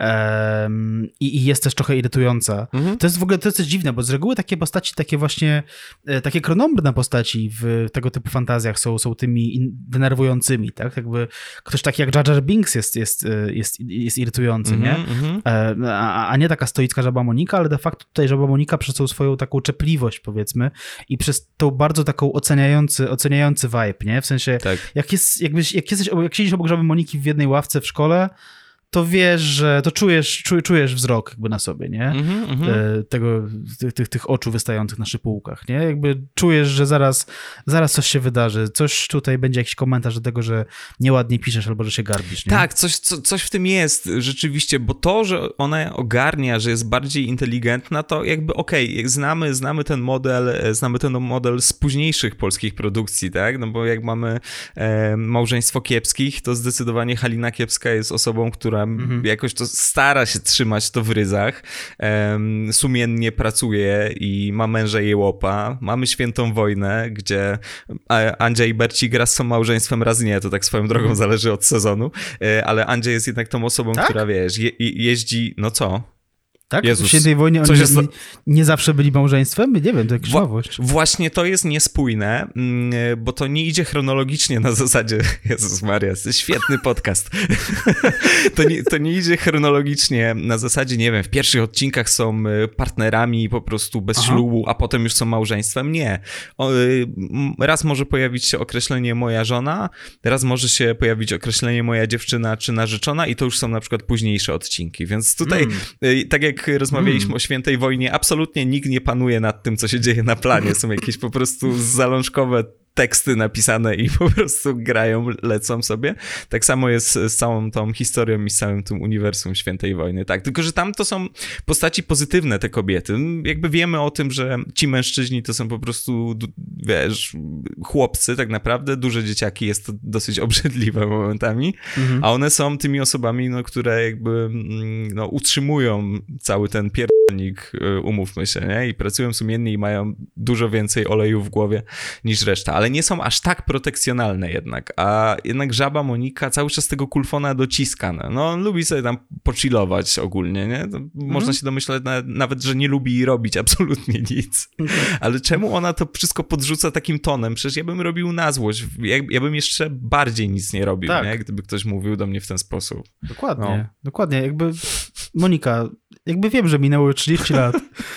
e, i, i jest też trochę irytująca. Mhm. To jest w ogóle, to jest coś dziwne, bo z reguły takie postaci, takie właśnie, e, takie kronombrne postaci w tego typu fantazjach są, są tymi in, denerwującymi, tak? Jakby ktoś taki jak Jar Jar Binks jest, jest, jest, jest irytujący, mhm, nie? Mhm. E, a, a nie taka stoicka żaba Monika, ale de facto tutaj żaba Monika przez tą swoją taką czepliwość, powiedzmy, i przez tą bardzo taką oceniający, oceniający vibe, nie? W sensie, tak. jak, jest, jakbyś, jak, jesteś, jak siedzisz obok żaby Moniki w jednej ławce w szkole, to wiesz, że to czujesz, czujesz wzrok jakby na sobie, nie? Mm-hmm, mm-hmm. Tego, tych, tych, tych oczu wystających na szypułkach, nie? Jakby czujesz, że zaraz, zaraz coś się wydarzy, coś tutaj będzie jakiś komentarz do tego, że nieładnie piszesz albo że się garbisz, nie? Tak, coś, co, coś w tym jest rzeczywiście, bo to, że ona ogarnia, że jest bardziej inteligentna, to jakby okej, okay, znamy, znamy ten model, znamy ten model z późniejszych polskich produkcji, tak? No bo jak mamy e, Małżeństwo Kiepskich, to zdecydowanie Halina Kiepska jest osobą, która która mhm. jakoś to stara się trzymać to w ryzach, um, sumiennie pracuje i ma męża i jełopa. Mamy Świętą Wojnę, gdzie Andzia i Bercik raz są małżeństwem, raz nie, to tak swoją drogą mhm. zależy od sezonu, ale Andzia jest jednak tą osobą, tak? która, wiesz, je, jeździ, no co? Tak? Jezus, w Świętej Wojnie oni jest... nie, nie zawsze byli małżeństwem? Nie wiem, to jakaś nowość. Właśnie to jest niespójne, bo to nie idzie chronologicznie na zasadzie, Jezus Maria, to jest świetny podcast. to, nie, to nie idzie chronologicznie na zasadzie, nie wiem, w pierwszych odcinkach są partnerami po prostu bez Aha. ślubu, a potem już są małżeństwem. Nie. O, raz może pojawić się określenie moja żona, raz może się pojawić określenie moja dziewczyna czy narzeczona i to już są na przykład późniejsze odcinki, więc tutaj, mm. tak jak rozmawialiśmy hmm. o Świętej Wojnie, absolutnie nikt nie panuje nad tym, co się dzieje na planie. Są jakieś po prostu zalążkowe teksty napisane i po prostu grają, lecą sobie. Tak samo jest z całą tą historią i z całym tym uniwersum Świętej Wojny. Tak, tylko że tam to są postaci pozytywne, te kobiety. Jakby wiemy o tym, że ci mężczyźni to są po prostu, wiesz, chłopcy tak naprawdę, duże dzieciaki, jest to dosyć obrzydliwe momentami, mhm. a one są tymi osobami, no, które jakby no, utrzymują cały ten pierdolnik, umówmy się, nie? I pracują sumiennie i mają dużo więcej oleju w głowie niż reszta, ale nie są aż tak protekcjonalne jednak, a jednak żaba Monika cały czas tego kulfona dociska. No, on lubi sobie tam pochillować ogólnie, nie? To mm. Można się domyśleć na, nawet, że nie lubi robić absolutnie nic. Ale czemu ona to wszystko podrzuca takim tonem? Przecież ja bym robił na złość. Ja, ja bym jeszcze bardziej nic nie robił, tak. nie? Gdyby ktoś mówił do mnie w ten sposób. Dokładnie, no. dokładnie. Jakby Monika, jakby wiem, że minęło trzydzieści lat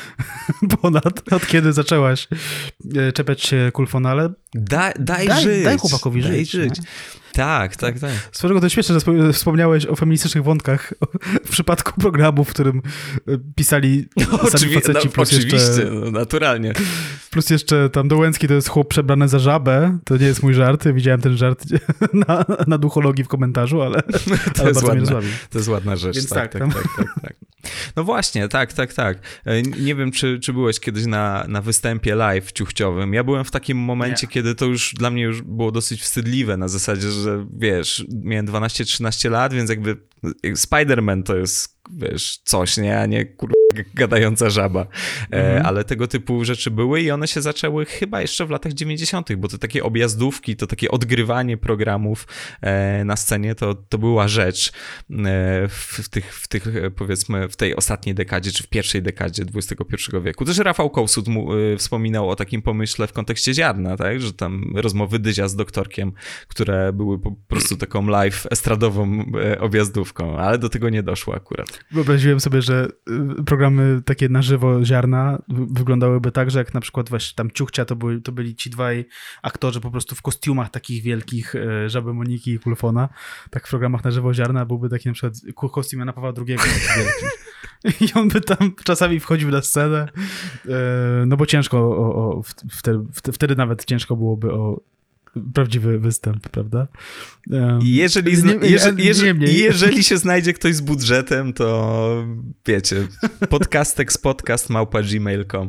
ponad, od kiedy zaczęłaś czepiać się kulfona, ale Da, daj, daj żyć. Daj chłopakowi daj żyć. żyć. Tak, tak, tak. Z tego to śmieszne, że wspomniałeś o feministycznych wątkach w przypadku programu, w którym pisali no, sami faceci. No, plus oczywiście, jeszcze, no, naturalnie. Plus jeszcze tam Dołęcki to jest chłop przebrany za żabę. To nie jest mój żart. Widziałem ten żart na, na duchologii w komentarzu, ale, to ale jest bardzo ładna, mnie rozbawił. To jest ładna rzecz. Więc tak, tak, tak, tak, tak, tak. No właśnie, tak, tak, tak. Nie wiem, czy, czy byłeś kiedyś na, na występie live ciuchciowym. Ja byłem w takim momencie, nie. kiedy to już dla mnie już było dosyć wstydliwe na zasadzie, że wiesz, miałem dwanaście trzynaście lat, więc jakby Spider-Man to jest, wiesz, coś, nie? A nie kurwa gadająca żaba. Mhm. E, ale tego typu rzeczy były i one się zaczęły chyba jeszcze w latach dziewięćdziesiątych, bo to takie objazdówki, to takie odgrywanie programów e, na scenie, to, to była rzecz e, w, w, tych, w tych, powiedzmy, w tej ostatniej dekadzie, czy w pierwszej dekadzie dwudziestego pierwszego wieku. Też Rafał Kołsut mu, e, wspominał o takim pomyśle w kontekście ziarna, tak? Że tam rozmowy Dyzia z doktorkiem, które były po prostu taką live estradową e, objazdówką, ale do tego nie doszło akurat. Wyobraziłem sobie, że programy takie na żywo ziarna wyglądałyby tak, że jak na przykład właśnie tam Ciuchcia to, były, to byli ci dwaj aktorzy po prostu w kostiumach takich wielkich, e, Żaby Moniki i Kulfona. Tak w programach na żywo ziarna byłby taki na przykład kostium Jana Pawła drugiego wielki. I on by tam czasami wchodził na scenę, e, no bo ciężko o, o, wtedy, wtedy nawet ciężko byłoby o prawdziwy występ, prawda? Um, jeżeli, zna- nie, jeżeli, jeżeli, jeżeli się znajdzie ktoś z budżetem, to wiecie, podcastek z podcast małpa gmail kropka com.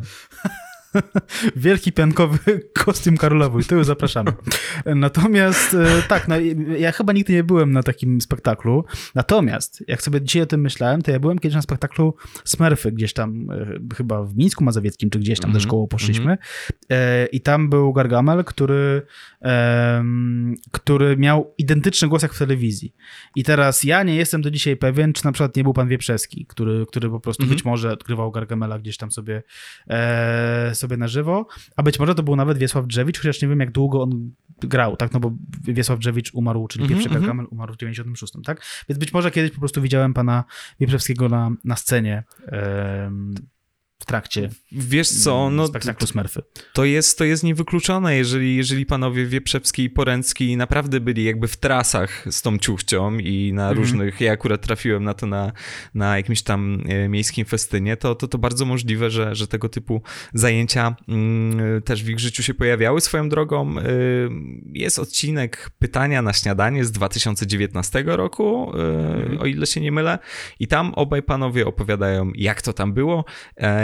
Wielki piankowy kostium Karolowy. Tyły zapraszamy. Natomiast tak, no, ja chyba nigdy nie byłem na takim spektaklu. Natomiast jak sobie dzisiaj o tym myślałem, to ja byłem kiedyś na spektaklu Smurfy, gdzieś tam chyba w Mińsku Mazowieckim, czy gdzieś tam mm-hmm. do szkoły poszliśmy. Mm-hmm. I tam był Gargamel, który, um, który miał identyczny głos jak w telewizji. I teraz ja nie jestem do dzisiaj pewien, czy na przykład nie był pan Wieprzewski, który, który po prostu mm-hmm. być może odgrywał Gargamela gdzieś tam sobie e, sobie na żywo, a być może to był nawet Wiesław Drzewicz, chociaż nie wiem, jak długo on grał, tak, no bo Wiesław Drzewicz umarł, czyli pierwszy mm-hmm. Gargamel umarł w dziewięćdziesiątym szóstym, tak? Więc być może kiedyś po prostu widziałem pana Wieprzewskiego na, na scenie um, w trakcie Wiesz co, no, spektaklu Smurfy. To jest, to jest niewykluczone, jeżeli, jeżeli panowie Wieprzewski i Poręcki naprawdę byli jakby w trasach z tą ciuchcią i na mm. różnych, ja akurat trafiłem na to na, na jakimś tam miejskim festynie, to, to, to bardzo możliwe, że, że tego typu zajęcia mm, też w ich życiu się pojawiały. Swoją drogą y, jest odcinek Pytania na śniadanie z dwa tysiące dziewiętnastego roku, y, mm. o ile się nie mylę, i tam obaj panowie opowiadają, jak to tam było, y,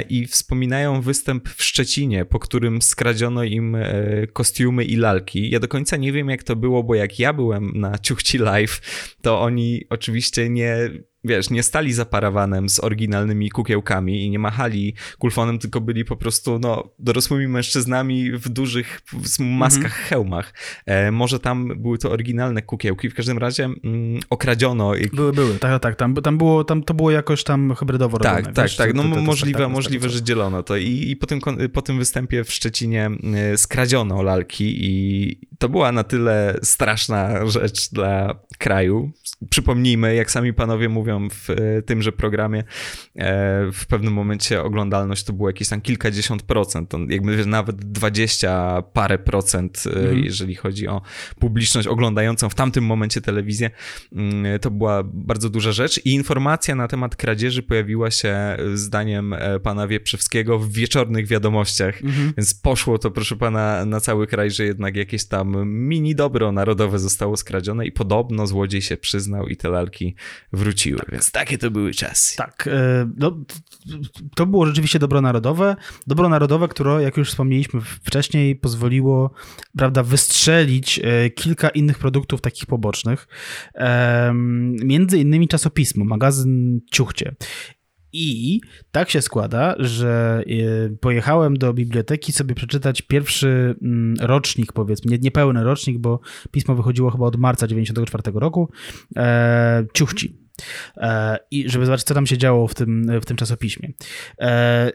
i wspominają występ w Szczecinie, po którym skradziono im kostiumy i lalki. Ja do końca nie wiem, jak to było, bo jak ja byłem na Ciuchci Live, to oni oczywiście nie... Wiesz, nie stali za parawanem z oryginalnymi kukiełkami i nie machali kulfonem, tylko byli po prostu, no, dorosłymi mężczyznami w dużych maskach, mm-hmm. hełmach. E, może tam były to oryginalne kukiełki, w każdym razie mm, okradziono. Były, były, tak, tak, tam, tam, było, tam to było jakoś tam hybrydowo tak, robione. Tak, wiesz, tak, no to, to, to możliwe, tak, możliwe, tak, że dzielono to i, i po, tym, po tym występie w Szczecinie skradziono lalki i to była na tyle straszna rzecz dla kraju. Przypomnijmy, jak sami panowie mówią w tymże programie, w pewnym momencie oglądalność to było jakieś tam kilkadziesiąt procent, jakby nawet dwadzieścia parę procent, mm. jeżeli chodzi o publiczność oglądającą w tamtym momencie telewizję. To była bardzo duża rzecz i informacja na temat kradzieży pojawiła się zdaniem pana Wieprzewskiego w wieczornych wiadomościach, mm-hmm. więc poszło to, proszę pana, na cały kraj, że jednak jakieś tam mini dobro narodowe zostało skradzione i podobno złodziej się przyznał i te lalki wróciły, tak. Więc takie to były czasy. Tak, no, to było rzeczywiście dobro narodowe. Dobro narodowe, które, jak już wspomnieliśmy wcześniej, pozwoliło, prawda, wystrzelić kilka innych produktów takich pobocznych. Między innymi czasopismo, magazyn Ciuchcie. I tak się składa, że pojechałem do biblioteki sobie przeczytać pierwszy rocznik, powiedzmy, nie, niepełny rocznik, bo pismo wychodziło chyba od marca dziewięćdziesiątego czwartego roku, e, Ciuchci. E, I żeby zobaczyć, co tam się działo w tym, w tym czasopiśmie. E,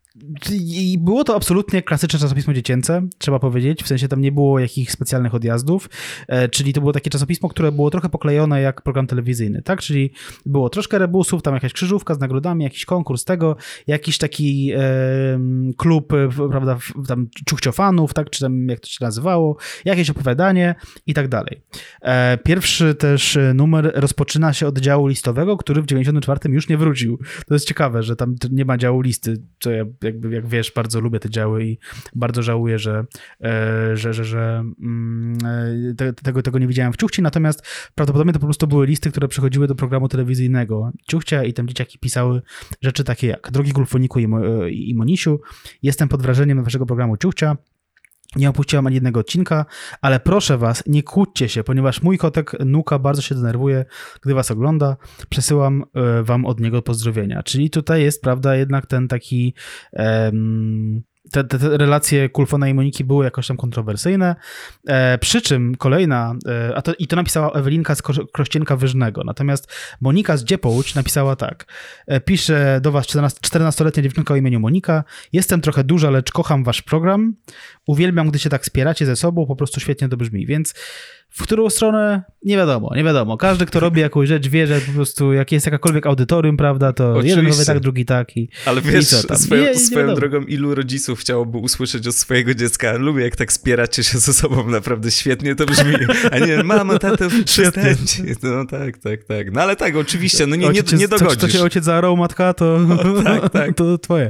I było to absolutnie klasyczne czasopismo dziecięce, trzeba powiedzieć, w sensie tam nie było jakichś specjalnych odjazdów, e, czyli to było takie czasopismo, które było trochę poklejone jak program telewizyjny, tak, czyli było troszkę rebusów, tam jakaś krzyżówka z nagrodami, jakiś konkurs tego, jakiś taki e, klub, prawda, tam ciuchciofanów, tak, czy tam jak to się nazywało, jakieś opowiadanie i tak dalej. E, pierwszy też numer rozpoczyna się od działu listowego, który w dziewięćdziesiątym czwartym już nie wrócił. To jest ciekawe, że tam nie ma działu listy, co ja jakby, jak wiesz, bardzo lubię te działy i bardzo żałuję, że, że, że, że te, tego, tego nie widziałem w Ciuchci, natomiast prawdopodobnie to po prostu były listy, które przychodziły do programu telewizyjnego Ciuchcia i tam dzieciaki pisały rzeczy takie jak: drogi Gulfoniku i, Mo, i Monisiu, jestem pod wrażeniem waszego programu Ciuchcia. Nie opuściłam ani jednego odcinka, ale proszę was, nie kłóćcie się, ponieważ mój kotek Nuka bardzo się denerwuje, gdy was ogląda. Przesyłam y, wam od niego pozdrowienia. Czyli tutaj jest, prawda, jednak ten taki... Um, Te, te, te relacje Kulfona i Moniki były jakoś tam kontrowersyjne, e, przy czym kolejna, e, a to, i to napisała Ewelinka z Krościenka-Wyżnego, natomiast Monika z Dziepołódź napisała tak: e, piszę do was czternastoletnia dziewczynka o imieniu Monika, jestem trochę duża, lecz kocham wasz program, uwielbiam, gdy się tak wspieracie ze sobą, po prostu świetnie to brzmi, więc w którą stronę? Nie wiadomo, nie wiadomo. Każdy, kto robi jakąś rzecz, wie, że po prostu jak jest jakakolwiek audytorium, prawda, to oczywiście. Jeden powie tak, drugi tak. I, ale wiesz, i co tam? swoją, nie, nie swoją drogą, ilu rodziców chciałoby usłyszeć od swojego dziecka: lubię, jak tak wspieracie się ze sobą, naprawdę świetnie to brzmi. A nie, mama, tato, przestańcie. No tak, tak, tak. No ale tak, oczywiście, no nie, nie, nie dogodzisz. Co, co cię ojciec zaorał, matka, to, o, tak, tak. to twoje.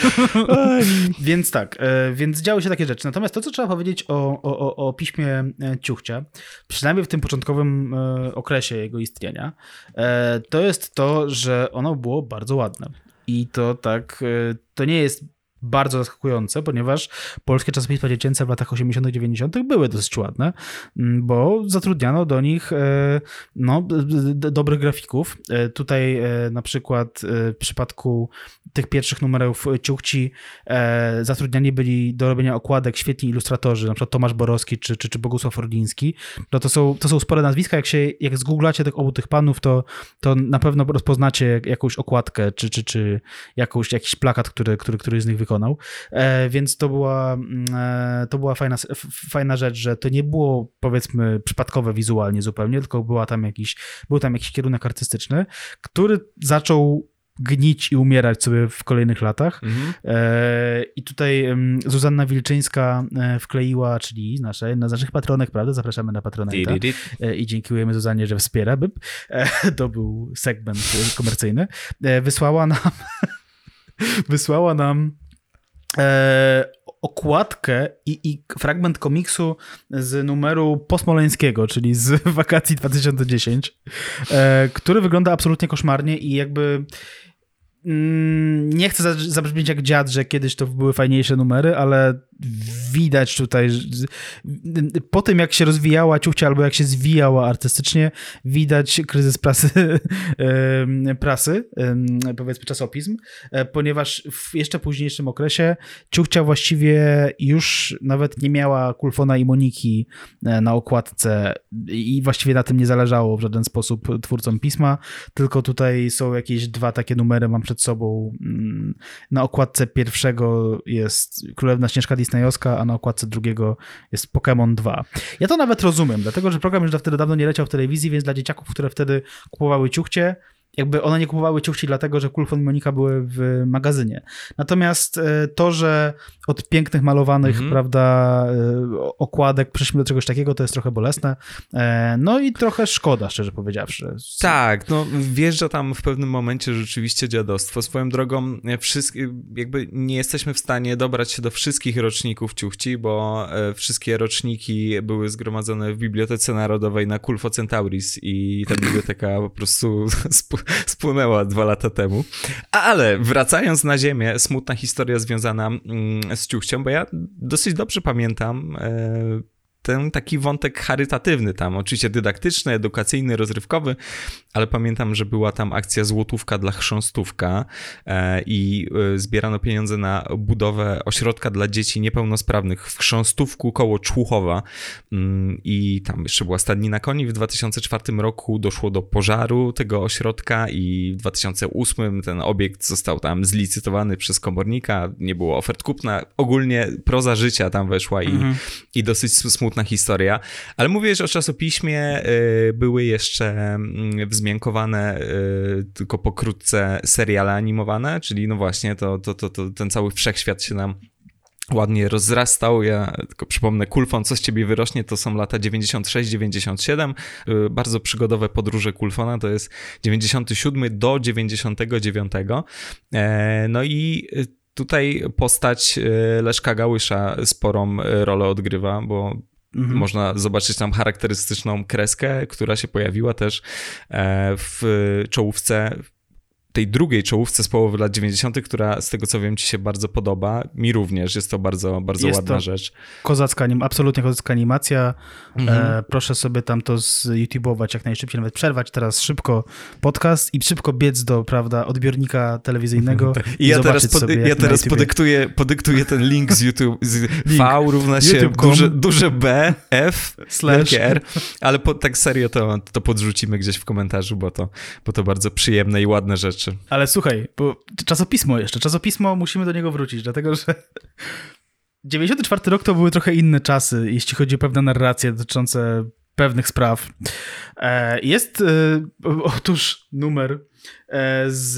Więc tak, więc działy się takie rzeczy. Natomiast to, co trzeba powiedzieć o, o, o piśmie Ciuchcia, przynajmniej w tym początkowym e, okresie jego istnienia, e, to jest to, że ono było bardzo ładne. I to tak, e, to nie jest bardzo zaskakujące, ponieważ polskie czasopisma dziecięce w latach osiemdziesiątych, dziewięćdziesiątych były dosyć ładne, bo zatrudniano do nich no, d- dobrych grafików. Tutaj na przykład w przypadku tych pierwszych numerów Ciuchci zatrudniani byli do robienia okładek świetni ilustratorzy, na przykład Tomasz Borowski czy, czy, czy Bogusław Orliński. No to są, to są spore nazwiska, jak się, jak zgooglacie tych, obu tych panów, to, to na pewno rozpoznacie jakąś okładkę czy, czy, czy jakąś, jakiś plakat, który, który, który z nich wykonał. E, więc to była, e, to była fajna, f, fajna rzecz, że to nie było, powiedzmy, przypadkowe wizualnie zupełnie, tylko była tam jakiś, był tam jakiś kierunek artystyczny, który zaczął gnić i umierać sobie w kolejnych latach. Mhm. E, I tutaj um, Zuzanna Wilczyńska e, wkleiła, czyli nasza, jedna z naszych patronek, prawda? Zapraszamy na Patronite'a. E, I dziękujemy Zuzannie, że wspiera. E, to był segment komercyjny. E, wysłała nam wysłała nam E, okładkę i, i fragment komiksu z numeru posmoleńskiego, czyli z wakacji dwa tysiące dziesiątego, e, który wygląda absolutnie koszmarnie i jakby nie chcę zabrzmieć jak dziad, że kiedyś to były fajniejsze numery, ale widać tutaj, po tym jak się rozwijała Ciuchcia albo jak się zwijała artystycznie, widać kryzys prasy, prasy powiedzmy czasopism, ponieważ w jeszcze późniejszym okresie Ciuchcia właściwie już nawet nie miała Kulfona i Moniki na okładce i właściwie na tym nie zależało w żaden sposób twórcom pisma, tylko tutaj są jakieś dwa takie numery, mam przed sobą. Na okładce pierwszego jest Królewna Śnieżka disneyowska, a na okładce drugiego jest Pokémon dwa. Ja to nawet rozumiem, dlatego że program już wtedy dawno nie leciał w telewizji, więc dla dzieciaków, które wtedy kupowały Ciuchcie, jakby one nie kupowały Ciuchci dlatego, że Kulfon i Monika były w magazynie. Natomiast to, że od pięknych, malowanych, mm-hmm. prawda, okładek przeszliśmy do czegoś takiego, to jest trochę bolesne. No i trochę szkoda, szczerze powiedziawszy. Tak, no wjeżdża tam w pewnym momencie rzeczywiście dziadostwo. Swoją drogą, wszystkie, jakby nie jesteśmy w stanie dobrać się do wszystkich roczników Ciuchci, bo wszystkie roczniki były zgromadzone w Bibliotece Narodowej na Kulfo Centauris i ta biblioteka po prostu spłynęła dwa lata temu. Ale wracając na ziemię, smutna historia związana z Ciuchcią, bo ja dosyć dobrze pamiętam e, ten taki wątek charytatywny tam, oczywiście dydaktyczny, edukacyjny, rozrywkowy, ale pamiętam, że była tam akcja Złotówka dla Chrząstówka e, i e, zbierano pieniądze na budowę ośrodka dla dzieci niepełnosprawnych w Chrząstówku koło Człuchowa mm, i tam jeszcze była stadnina koni. W dwa tysiące czwartym roku doszło do pożaru tego ośrodka i w dwa tysiące ósmym ten obiekt został tam zlicytowany przez komornika, nie było ofert kupna, ogólnie proza życia tam weszła i, mhm. i dosyć smutna historia, ale mówię, że o czasopiśmie y, były jeszcze y, wzmiankowane y, tylko pokrótce seriale animowane, czyli no właśnie to, to, to, to ten cały wszechświat się nam ładnie rozrastał. Ja tylko przypomnę, Kulfon, co z ciebie wyrośnie, to są lata dziewięćdziesiąt sześć dziewięćdziesiąt siedem. Y, bardzo przygodowe podróże Kulfona, to jest dziewięćdziesiąty siódmy do dziewięćdziesiątego dziewiątego. E, no i tutaj postać Leszka Gałysza sporą rolę odgrywa, bo Mhm. można zobaczyć tam charakterystyczną kreskę, która się pojawiła też w czołówce, tej drugiej czołówce z połowy lat dziewięćdziesiątych, która z tego co wiem ci się bardzo podoba. Mi również, jest to bardzo, bardzo jest ładna to rzecz. Kozacka, absolutnie kozacka animacja. Mhm. E, proszę sobie tam to zYouTube'ować jak najszybciej, nawet przerwać teraz szybko podcast i szybko biec do, prawda, odbiornika telewizyjnego. I, i ja teraz, pod, sobie, ja teraz podyktuję, podyktuję ten link z YouTube. Z link. V równa się duże, duże B, F, slash R, ale po, tak serio to, to podrzucimy gdzieś w komentarzu, bo to, bo to bardzo przyjemne i ładne rzeczy. Ale słuchaj, bo czasopismo jeszcze, czasopismo, musimy do niego wrócić, dlatego że dziewięćdziesiąty czwarty rok to były trochę inne czasy, jeśli chodzi o pewne narracje dotyczące pewnych spraw. Jest otóż numer z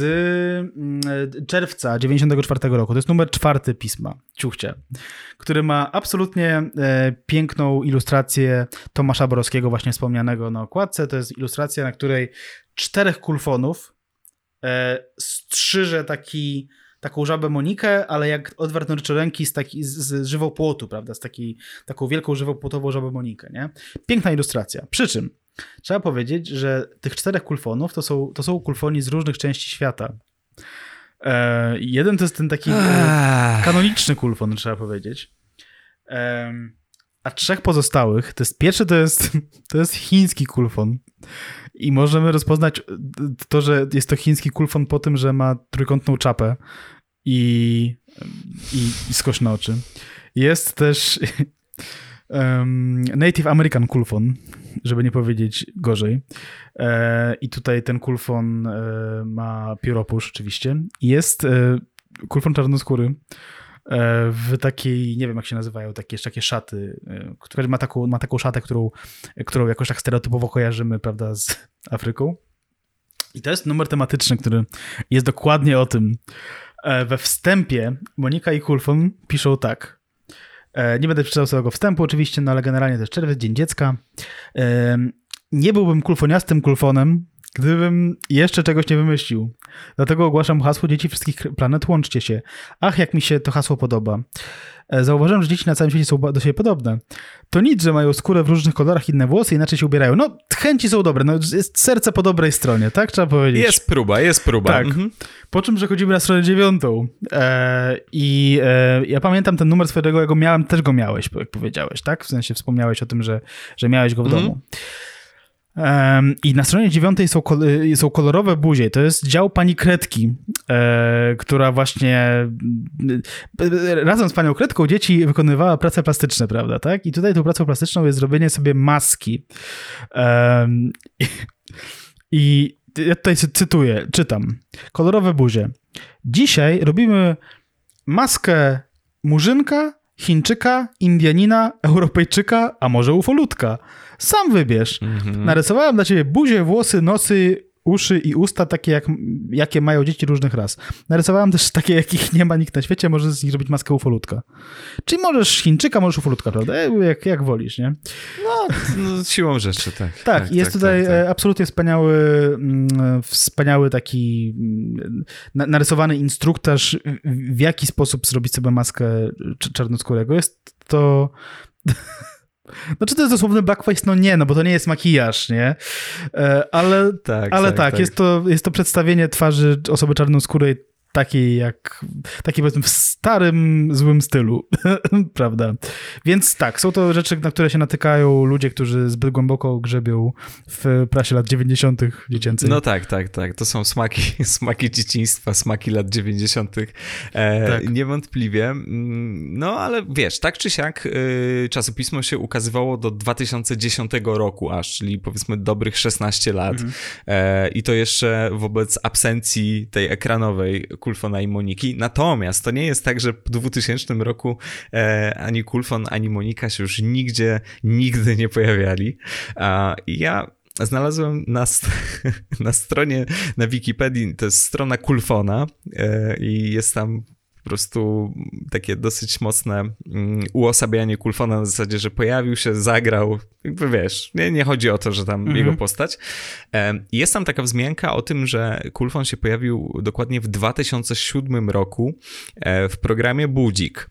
czerwca dziewięćdziesiątego czwartego roku, to jest numer czwarty pisma, Ciuchcia, który ma absolutnie piękną ilustrację Tomasza Borowskiego, właśnie wspomnianego na okładce. To jest ilustracja, na której czterech kulfonów strzyże taki, taką żabę Monikę, ale jak Edward Norczorenki z, taki, z, z żywopłotu, prawda, z takiej, taką wielką żywopłotową żabę Monikę, nie? Piękna ilustracja. Przy czym trzeba powiedzieć, że tych czterech kulfonów to są, to są kulfoni z różnych części świata. E, jeden to jest ten taki e, kanoniczny kulfon, trzeba powiedzieć. E, a trzech pozostałych, to jest pierwszy to jest, to jest chiński kulfon. I możemy rozpoznać to, że jest to chiński kulfon po tym, że ma trójkątną czapę i, i, i skośne oczy. Jest też um, Native American kulfon, żeby nie powiedzieć gorzej. E, I tutaj ten kulfon e, ma pióropusz oczywiście. Jest e, kulfon czarnoskóry w takiej, nie wiem jak się nazywają, takie, takie szaty, który ma taką, ma taką szatę, którą, którą jakoś tak stereotypowo kojarzymy, prawda, z Afryką. I to jest numer tematyczny, który jest dokładnie o tym. We wstępie Monika i Kulfon piszą tak. Nie będę przeczytał całego wstępu oczywiście, no ale generalnie to jest czerwiec, Dzień Dziecka. Nie byłbym kulfoniastym kulfonem, gdybym jeszcze czegoś nie wymyślił. Dlatego ogłaszam hasło dzieci wszystkich planet, łączcie się. Ach, jak mi się to hasło podoba. Zauważyłem, że dzieci na całym świecie są do siebie podobne. To nic, że mają skórę w różnych kolorach, inne włosy, inaczej się ubierają. No, chęci są dobre, no, jest serce po dobrej stronie, tak? Trzeba powiedzieć. Jest próba, jest próba. Tak. Mhm. Po czym przechodzimy na stronę dziewiątą. E, I e, ja pamiętam ten numer swojego, ja go miałem, też go miałeś, jak powiedziałeś, tak? W sensie wspomniałeś o tym, że, że miałeś go w mhm. domu. Um, I na stronie dziewiątej są, kol- są kolorowe buzie. To jest dział pani Kredki, e, która właśnie e, razem z panią Kredką dzieci wykonywała prace plastyczne, prawda, tak? I tutaj tą pracą plastyczną jest zrobienie sobie maski. Um, i, I ja tutaj cytuję, czytam. Kolorowe buzie. Dzisiaj robimy maskę murzynka, Chińczyka, Indianina, Europejczyka, a może ufolutka. Sam wybierz. Mm-hmm. Narysowałem dla ciebie buzię, włosy, nosy, uszy i usta takie, jak, jakie mają dzieci różnych ras. Narysowałem też takie, jakich nie ma nikt na świecie, możesz z nich zrobić maskę ufolutka. Czyli możesz Chińczyka, możesz ufolutka, prawda? Jak, jak wolisz, nie? No, no, siłą rzeczy, tak. Tak, tak jest tak, tutaj tak, tak. absolutnie wspaniały, wspaniały taki narysowany instruktaż, w jaki sposób zrobić sobie maskę czarnoskórego. Jest to... No czy to jest dosłowny blackface? No nie, no bo to nie jest makijaż, nie? Ale tak, ale tak, tak, Jest, to, jest to przedstawienie twarzy osoby czarnoskórej takiej jak, takiej powiedzmy w starym, złym stylu, prawda? Więc tak, są to rzeczy, na które się natykają ludzie, którzy zbyt głęboko grzebią w prasie lat dziewięćdziesiątych dziecięcej. No tak, tak, tak. To są smaki, smaki dzieciństwa, smaki lat dziewięćdziesiątych. E, tak. Niewątpliwie. No ale wiesz, tak czy siak y, czasopismo się ukazywało do dwa tysiące dziesiątego roku aż, czyli powiedzmy dobrych szesnaście lat. Mhm. E, I to jeszcze wobec absencji tej ekranowej Kulfona i Moniki. Natomiast to nie jest tak, że w dwutysięcznym roku e, ani Kulfon, ani Monika się już nigdzie, nigdy nie pojawiali. A ja znalazłem na, st- na stronie, na Wikipedii, to jest strona Kulfona e, i jest tam po prostu takie dosyć mocne um, uosabianie Kulfona na zasadzie, że pojawił się, zagrał, jakby wiesz, nie, nie chodzi o to, że tam mhm. jego postać. Um, jest tam taka wzmianka o tym, że Kulfon się pojawił dokładnie w dwa tysiące siódmym roku e, w programie Budzik.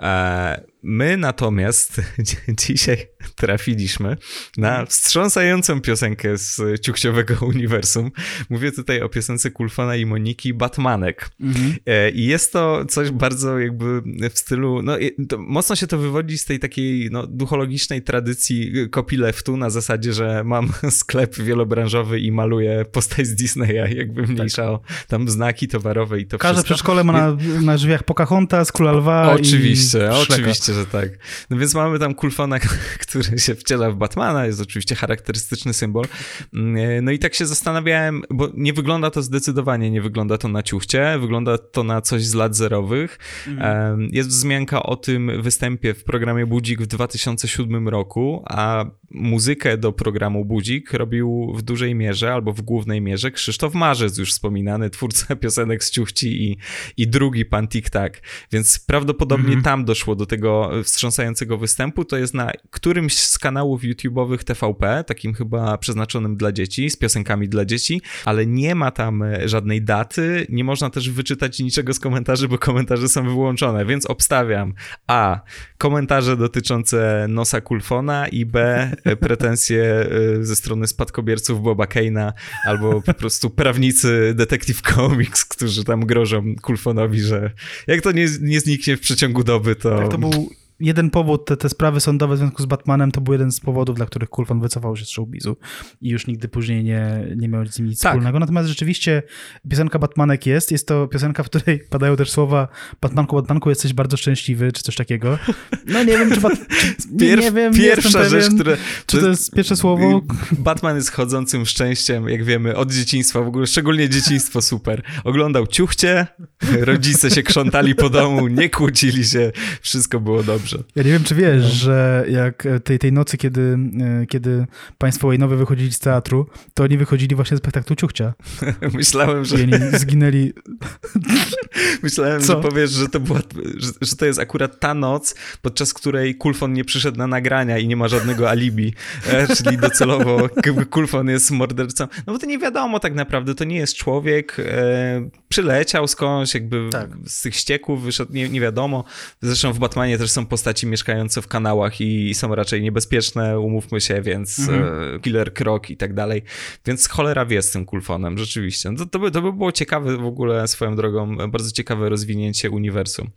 E, my natomiast dzisiaj trafiliśmy na wstrząsającą piosenkę z ciuchciowego uniwersum. Mówię tutaj o piosence Kulfona i Moniki Batmanek. Mhm. E, I jest to coś bardzo jakby w stylu, no to mocno się to wywodzi z tej takiej no, duchologicznej tradycji copyleftu na zasadzie, że mam sklep wielobranżowy i maluję postać z Disneya, jakby mniejsza tak. o tam znaki towarowe i to Każde wszystko. przedszkole ma na, na drzwiach Pocahontas, Króla Lwa Oczywiście, i oczywiście, że tak. No więc mamy tam Kulfona, który się wciela w Batmana, jest oczywiście charakterystyczny symbol. No i tak się zastanawiałem, bo nie wygląda to zdecydowanie, nie wygląda to na ciuchcie, wygląda to na coś z lat zerowych. Mhm. Jest wzmianka o tym występie w programie Budzik w dwa tysiące siódmym roku, a muzykę do programu Budzik robił w dużej mierze, albo w głównej mierze Krzysztof Marzec, już wspominany, twórca piosenek z ciuchci i, i drugi pan Tik-Tak. Więc prawdopodobnie mhm. tam doszło do tego wstrząsającego występu. To jest na którymś z kanałów YouTube'owych T V P, takim chyba przeznaczonym dla dzieci, z piosenkami dla dzieci, ale nie ma tam żadnej daty, nie można też wyczytać niczego z komentarzy, bo komentarze są wyłączone, więc obstawiam A. Komentarze dotyczące nosa Kulfona i B. pretensje ze strony spadkobierców Boba Kane'a albo po prostu prawnicy Detective Comics, którzy tam grożą Kulfonowi, że jak to nie, nie zniknie w przeciągu doby, to... Tak, to był jeden powód, te, te sprawy sądowe w związku z Batmanem, to był jeden z powodów, dla których Kulfon wycofał się z showbizu i już nigdy później nie, nie miał z nimi nic tak. wspólnego. Natomiast rzeczywiście piosenka Batmanek jest. Jest to piosenka, w której padają też słowa Batmanku, Batmanku, jesteś bardzo szczęśliwy, czy coś takiego. No nie wiem, czy... Bat... nie, Pierw, nie wiem, pierwsza rzecz, pewien, które... Czy to jest pierwsze słowo? Batman jest chodzącym szczęściem, jak wiemy, od dzieciństwa, w ogóle szczególnie dzieciństwo super. Oglądał ciuchcie, rodzice się krzątali po domu, nie kłócili się, wszystko było dobrze. dobrze. Ja nie wiem, czy wiesz, no. że jak tej, tej nocy, kiedy, kiedy państwo Wayne'owie wychodzili z teatru, to oni wychodzili właśnie z spektaklu Ciuchcia. Myślałem, że... I oni zginęli... Myślałem, Co? że powiesz, że to była, że, że to jest akurat ta noc, podczas której Kulfon nie przyszedł na nagrania i nie ma żadnego alibi, e, czyli docelowo Kulfon jest mordercą. No bo to nie wiadomo tak naprawdę, to nie jest człowiek, e, przyleciał skądś, jakby tak. z tych ścieków wyszedł, nie, nie wiadomo. Zresztą w Batmanie też są postaci mieszkające w kanałach i są raczej niebezpieczne, umówmy się, więc mhm. e, Killer Croc i tak dalej. Więc cholera wie z tym Kulfonem, rzeczywiście. To, to, by, to by było ciekawe w ogóle swoją drogą, bardzo ciekawe rozwinięcie uniwersum,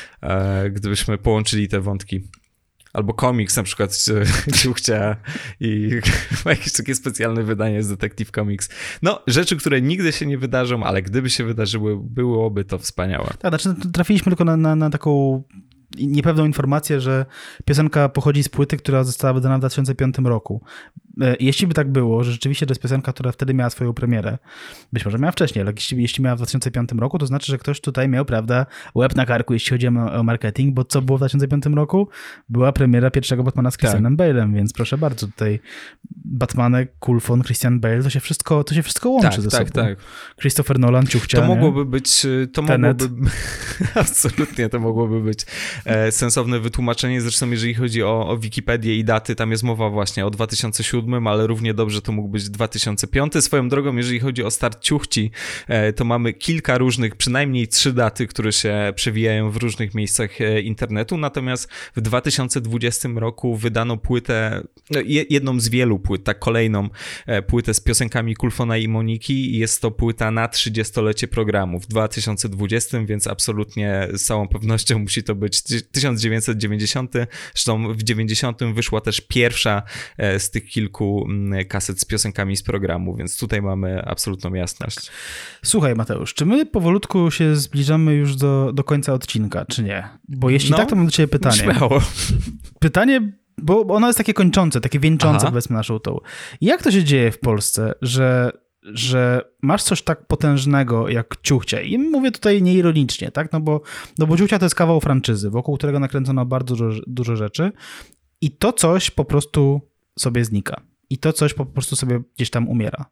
e, gdybyśmy połączyli te wątki. Albo komiks na przykład Ciuchcia i jakieś takie specjalne wydanie z Detective Comics. No, rzeczy, które nigdy się nie wydarzą, ale gdyby się wydarzyły, byłoby to wspaniałe. Tak, znaczy trafiliśmy tylko na, na, na taką niepewną informację, że piosenka pochodzi z płyty, która została wydana w dwa tysiące piątym roku. Jeśli by tak było, że rzeczywiście to jest piosenka, która wtedy miała swoją premierę, być może miała wcześniej, ale jeśli, jeśli miała w dwa tysiące piątym roku, to znaczy, że ktoś tutaj miał, prawda, łeb na karku, jeśli chodzi o, o marketing, bo co było w dwa tysiące piątym roku? Była premiera pierwszego Batmana z Christianem tak. Bale'em, więc proszę bardzo, tutaj Batmanek, Kulfon, Christian Bale, to się wszystko, to się wszystko łączy tak, ze tak, sobą. Tak, Christopher Nolan, Ciuchcia, To mogłoby być, to Tenet. mogłoby, absolutnie to mogłoby być e, sensowne wytłumaczenie, zresztą jeżeli chodzi o, o Wikipedię i daty, tam jest mowa właśnie o dwa tysiące siódmym, ale równie dobrze to mógł być dwa tysiące piąty. Swoją drogą, jeżeli chodzi o start Ciuchci, e, to mamy kilka różnych, przynajmniej trzy daty, które się przewijają w różnych miejscach e, internetu, natomiast w dwa tysiące dwudziestym roku wydano płytę, no, jedną z wielu płyt, tak kolejną e, płytę z piosenkami Kulfona i Moniki i jest to płyta na trzydziestolecie programu w dwa tysiące dwudziestym, więc absolutnie z całą pewnością musi to być tysiąc dziewięćset dziewięćdziesiąty. Zresztą w dziewięćdziesiątym wyszła też pierwsza e, z tych kilku m, kaset z piosenkami z programu, więc tutaj mamy absolutną jasność. Słuchaj, Mateusz, czy my powolutku się zbliżamy już do, do końca odcinka, czy nie? Bo jeśli no, tak, to mam do ciebie pytanie. Śmiało. Pytanie, bo ono jest takie kończące, takie wieńczące, Aha. powiedzmy, naszą tą. Jak to się dzieje w Polsce, że, że masz coś tak potężnego jak Ciuchcia? I mówię tutaj nieironicznie, tak? No bo, no bo Ciuchcia to jest kawał franczyzy, wokół którego nakręcono bardzo dużo, dużo rzeczy i to coś po prostu sobie znika. I to coś po prostu sobie gdzieś tam umiera.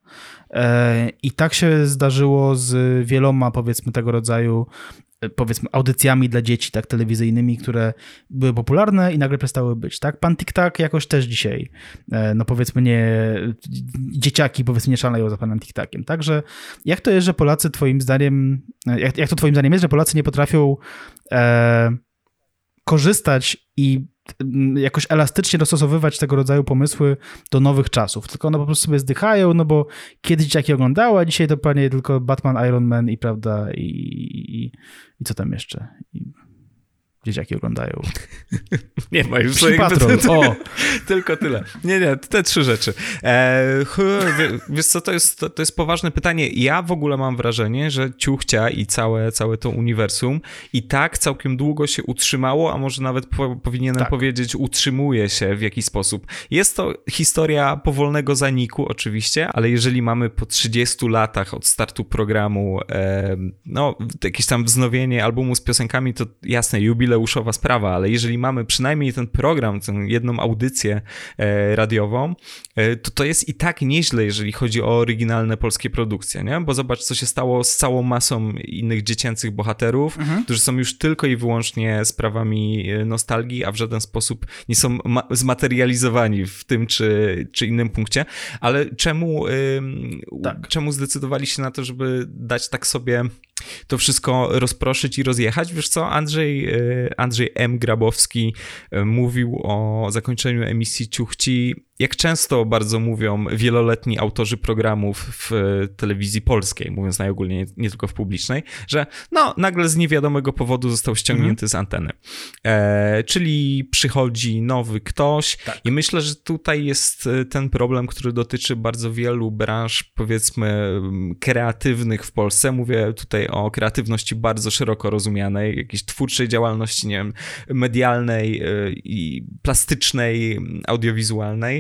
I tak się zdarzyło z wieloma, powiedzmy, tego rodzaju, powiedzmy, audycjami dla dzieci, tak, telewizyjnymi, które były popularne i nagle przestały być, tak? Pan Tik-Tak jakoś też dzisiaj, no powiedzmy, nie, dzieciaki, powiedzmy, nie szaleją za panem Tik-Takiem. Także jak to jest, że Polacy twoim zdaniem, jak, jak to twoim zdaniem jest, że Polacy nie potrafią e, korzystać i jakoś elastycznie dostosowywać tego rodzaju pomysły do nowych czasów, tylko one po prostu sobie zdychają, no bo kiedyś dzieciaki oglądały, a dzisiaj to panie tylko Batman, Iron Man i prawda, i, i, i co tam jeszcze? I dzieciaki oglądają. Nie ma już Psi Patrol, o! Tylko tyle. Nie, nie, te trzy rzeczy. E, wiesz co, to jest, to, to jest poważne pytanie. Ja w ogóle mam wrażenie, że Ciuchcia i całe, całe to uniwersum i tak całkiem długo się utrzymało, a może nawet po, powinienem tak. powiedzieć, utrzymuje się w jakiś sposób. Jest to historia powolnego zaniku oczywiście, ale jeżeli mamy po trzydziestu latach od startu programu e, no, jakieś tam wznowienie albumu z piosenkami, to jasne, jubileuszowa sprawa, ale jeżeli mamy przynajmniej ten program, tę jedną audycję e, radiową, e, to to jest i tak nieźle, jeżeli chodzi o oryginalne polskie produkcje, nie? Bo zobacz, co się stało z całą masą innych dziecięcych bohaterów, mhm. którzy są już tylko i wyłącznie sprawami nostalgii, a w żaden sposób nie są ma- zmaterializowani w tym czy, czy innym punkcie, ale czemu, ym, tak. czemu zdecydowali się na to, żeby dać tak sobie to wszystko rozproszyć i rozjechać? Wiesz co, Andrzej, Andrzej M. Grabowski mówił o zakończeniu emisji Ciuchci, jak często bardzo mówią wieloletni autorzy programów w telewizji polskiej, mówiąc najogólniej, nie, nie tylko w publicznej, że no nagle z niewiadomego powodu został ściągnięty mhm. z anteny. E, czyli przychodzi nowy ktoś tak. i myślę, że tutaj jest ten problem, który dotyczy bardzo wielu branż, powiedzmy, kreatywnych w Polsce. Mówię tutaj o kreatywności bardzo szeroko rozumianej, jakiejś twórczej działalności, nie wiem, medialnej i plastycznej, audiowizualnej,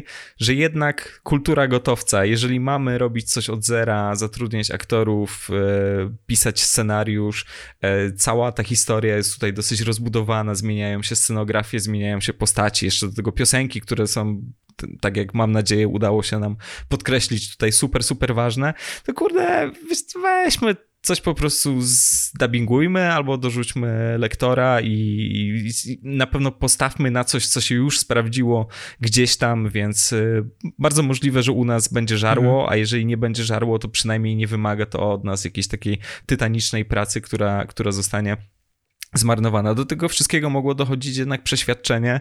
że jednak kultura gotowca, jeżeli mamy robić coś od zera, zatrudniać aktorów, e, pisać scenariusz, e, cała ta historia jest tutaj dosyć rozbudowana, zmieniają się scenografie, zmieniają się postaci, jeszcze do tego piosenki, które są, tak jak mam nadzieję udało się nam podkreślić tutaj, super, super ważne, to kurde, weźmy coś po prostu zdubbingujmy albo dorzućmy lektora i, i na pewno postawmy na coś, co się już sprawdziło gdzieś tam, więc bardzo możliwe, że u nas będzie żarło, mhm. a jeżeli nie będzie żarło, to przynajmniej nie wymaga to od nas jakiejś takiej tytanicznej pracy, która, która zostanie zmarnowana. Do tego wszystkiego mogło dochodzić jednak przeświadczenie,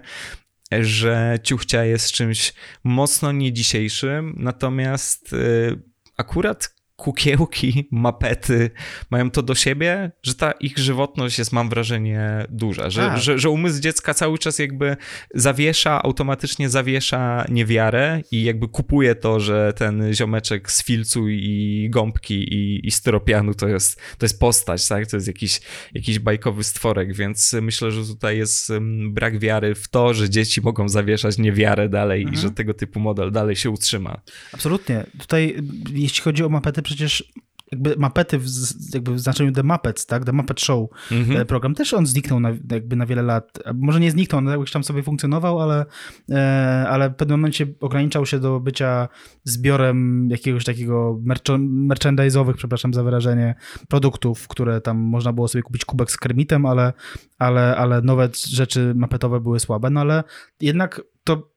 że ciuchcia jest czymś mocno niedzisiejszym, natomiast y, akurat kukiełki, mapety mają to do siebie, że ta ich żywotność jest, mam wrażenie, duża, że, że, że umysł dziecka cały czas jakby zawiesza, automatycznie zawiesza niewiarę i jakby kupuje to, że ten ziomeczek z filcu i gąbki i, i styropianu to jest, to jest postać, tak? To jest jakiś, jakiś bajkowy stworek, więc myślę, że tutaj jest brak wiary w to, że dzieci mogą zawieszać niewiarę dalej mhm. i że tego typu model dalej się utrzyma. Absolutnie. Tutaj jeśli chodzi o mapety, przecież jakby mapety w, jakby w znaczeniu The Muppets, tak? The Muppet Show mm-hmm. program, też on zniknął na, jakby na wiele lat. Może nie zniknął, on jakoś tam sobie funkcjonował, ale, e, ale w pewnym momencie ograniczał się do bycia zbiorem jakiegoś takiego merch- merchandise'owych, przepraszam za wyrażenie, produktów, które tam można było sobie kupić kubek z Kermitem, ale, ale, ale nowe rzeczy mapetowe były słabe, no ale jednak to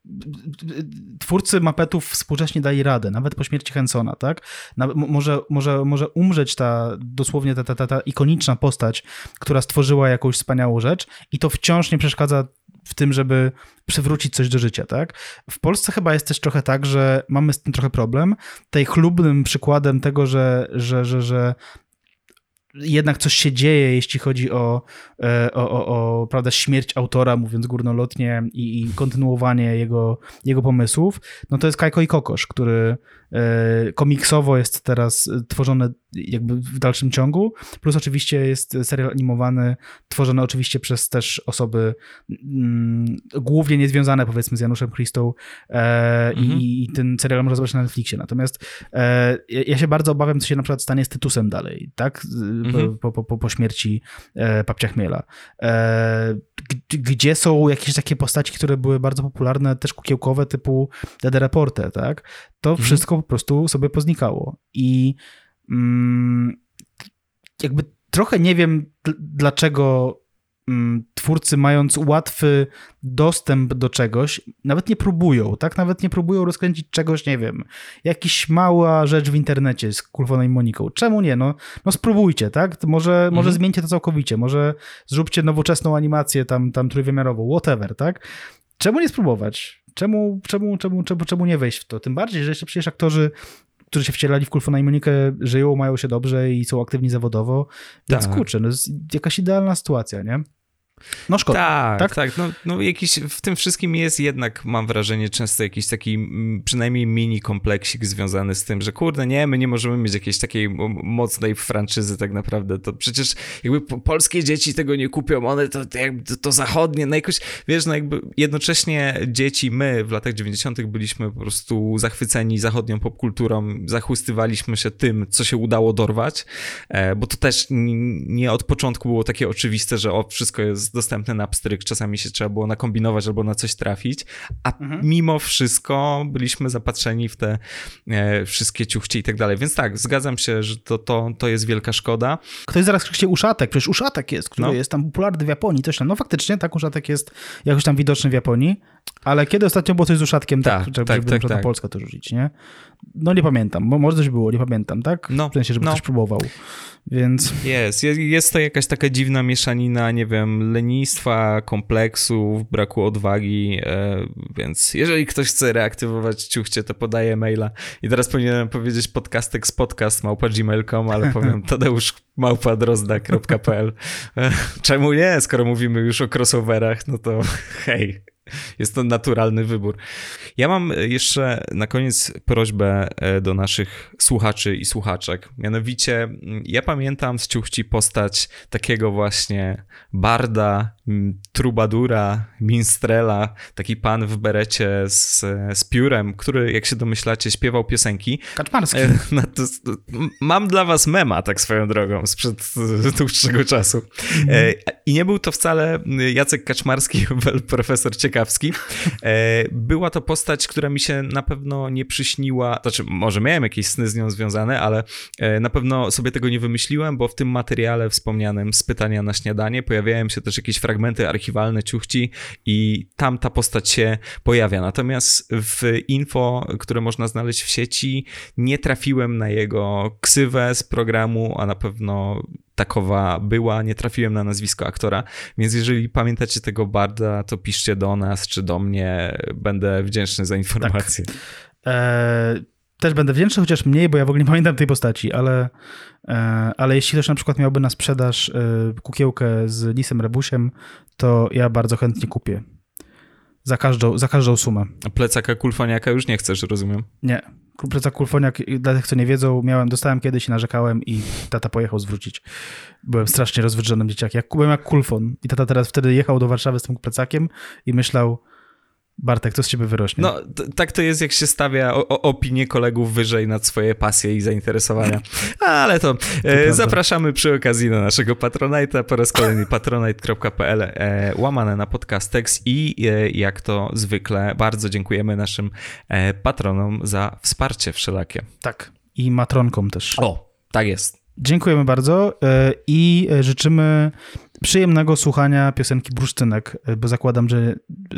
twórcy mapetów współcześnie dali radę, nawet po śmierci Hensona, tak? Na, może, może, może umrzeć ta, dosłownie ta, ta, ta, ta ikoniczna postać, która stworzyła jakąś wspaniałą rzecz i to wciąż nie przeszkadza w tym, żeby przywrócić coś do życia, tak? W Polsce chyba jest też trochę tak, że mamy z tym trochę problem. Tutaj chlubnym przykładem tego, że, że, że, że jednak coś się dzieje, jeśli chodzi o, o, o, o prawda, śmierć autora, mówiąc górnolotnie, i, i kontynuowanie jego, jego pomysłów, no to jest Kajko i Kokosz, który e, komiksowo jest teraz tworzony jakby w dalszym ciągu, plus oczywiście jest serial animowany, tworzony oczywiście przez też osoby mm, głównie niezwiązane, powiedzmy, z Januszem Christą e, mhm. i, i ten serial można zobaczyć na Netflixie. Natomiast e, ja się bardzo obawiam, co się na przykład stanie z Tytusem dalej, tak? Mhm. Po, po, po śmierci e, Papcia Chmiela. E, g- gdzie są jakieś takie postaci, które były bardzo popularne, też kukiełkowe, typu The Reporter, tak? To mhm. wszystko po prostu sobie poznikało. I mm, jakby trochę nie wiem, d- dlaczego mm, twórcy, mając łatwy dostęp do czegoś, nawet nie próbują, tak? Nawet nie próbują rozkręcić czegoś, nie wiem, jakiś mała rzecz w internecie z Kulfoną i Moniką. Czemu nie? No, no spróbujcie, tak? Może, mhm. może zmieńcie to całkowicie, może zróbcie nowoczesną animację tam, tam trójwymiarową, whatever, tak? Czemu nie spróbować? Czemu, czemu, czemu, czemu, czemu nie wejść w to? Tym bardziej, że jeszcze przecież aktorzy, którzy się wcielali w Kulfona i Monikę, żyją, mają się dobrze i są aktywni zawodowo, więc tak. kurczę, no jest jakaś idealna sytuacja, nie? No szkoda. Tak, tak, tak. No, no jakiś w tym wszystkim jest jednak, mam wrażenie, często jakiś taki przynajmniej mini kompleksik związany z tym, że kurde, nie, my nie możemy mieć jakiejś takiej mocnej franczyzy tak naprawdę. To przecież jakby polskie dzieci tego nie kupią, one to, to, to, to zachodnie, no jakoś, wiesz, no jakby jednocześnie dzieci, my w latach dziewięćdziesiątych byliśmy po prostu zachwyceni zachodnią popkulturą, zachłystywaliśmy się tym, co się udało dorwać, bo to też nie od początku było takie oczywiste, że o, wszystko jest dostępne na pstryk, czasami się trzeba było nakombinować albo na coś trafić, a mhm. mimo wszystko byliśmy zapatrzeni w te e, wszystkie ciuchcie i tak dalej, więc tak, zgadzam się, że to, to, to jest wielka szkoda. Ktoś zaraz krzyczy Uszatek, przecież Uszatek jest, który no. jest tam popularny w Japonii, coś tam, no faktycznie, tak, Uszatek jest jakoś tam widoczny w Japonii, ale kiedy ostatnio było coś z Uszatkiem, tak, tak, tak żeby tak, tak. na Polskę to rzucić, nie? No nie pamiętam, bo może coś było, nie pamiętam, tak? No, w sensie, żeby no. ktoś próbował, więc... Jest, jest, jest to jakaś taka dziwna mieszanina, nie wiem, lenistwa, kompleksów, braku odwagi, e, więc jeżeli ktoś chce reaktywować ciuchcie, to podaję maila i teraz powinienem powiedzieć podcastek z podcast małpa gmail kropka com, ale powiem Tadeusz małpa drozda kropka p l. E, czemu nie, skoro mówimy już o crossoverach, no to hej. Jest to naturalny wybór. Ja mam jeszcze na koniec prośbę do naszych słuchaczy i słuchaczek. Mianowicie ja pamiętam z Ciuchci postać takiego właśnie barda, trubadura, minstrela, taki pan w berecie z, z piórem, który, jak się domyślacie, śpiewał piosenki. Kaczmarski. No to, mam dla was mema, tak swoją drogą, sprzed dłuższego czasu. Mm. I nie był to wcale Jacek Kaczmarski, profesor Ciekawski. Była to postać, która mi się na pewno nie przyśniła, znaczy może miałem jakieś sny z nią związane, ale na pewno sobie tego nie wymyśliłem, bo w tym materiale wspomnianym z pytania na śniadanie pojawiają się też jakieś fragmenty archiwalne Ciuchci i tam ta postać się pojawia. Natomiast w info, które można znaleźć w sieci, nie trafiłem na jego ksywę z programu, a na pewno takowa była, nie trafiłem na nazwisko aktora, więc jeżeli pamiętacie tego barda, to piszcie do nas czy do mnie, będę wdzięczny za informację. Tak. Eee, też będę wdzięczny, chociaż mniej, bo ja w ogóle nie pamiętam tej postaci, ale, e, ale jeśli ktoś na przykład miałby na sprzedaż e, kukiełkę z lisem rebusiem, to ja bardzo chętnie kupię. Za każdą, za każdą sumę. A plecaka kulfoniaka już nie chcesz, rozumiem? Nie. Plecak kulfoniak, dla tych, co nie wiedzą, miałem, dostałem kiedyś i narzekałem i tata pojechał zwrócić. Byłem strasznie rozwydrzonym dzieciakiem. Jak, byłem jak kulfon. I tata teraz wtedy jechał do Warszawy z tym plecakiem i myślał, Bartek, co z ciebie wyrośnie? No, t- tak to jest, jak się stawia o- o opinię kolegów wyżej nad swoje pasje i zainteresowania. Ale to, to e, zapraszamy przy okazji do naszego Patronite'a, po raz kolejny patronite kropka p l e, łamane na podcastex i e, jak to zwykle bardzo dziękujemy naszym e, patronom za wsparcie wszelakie. Tak. I matronkom też. O, tak jest. Dziękujemy bardzo e, i życzymy przyjemnego słuchania piosenki Bursztynek, bo zakładam, że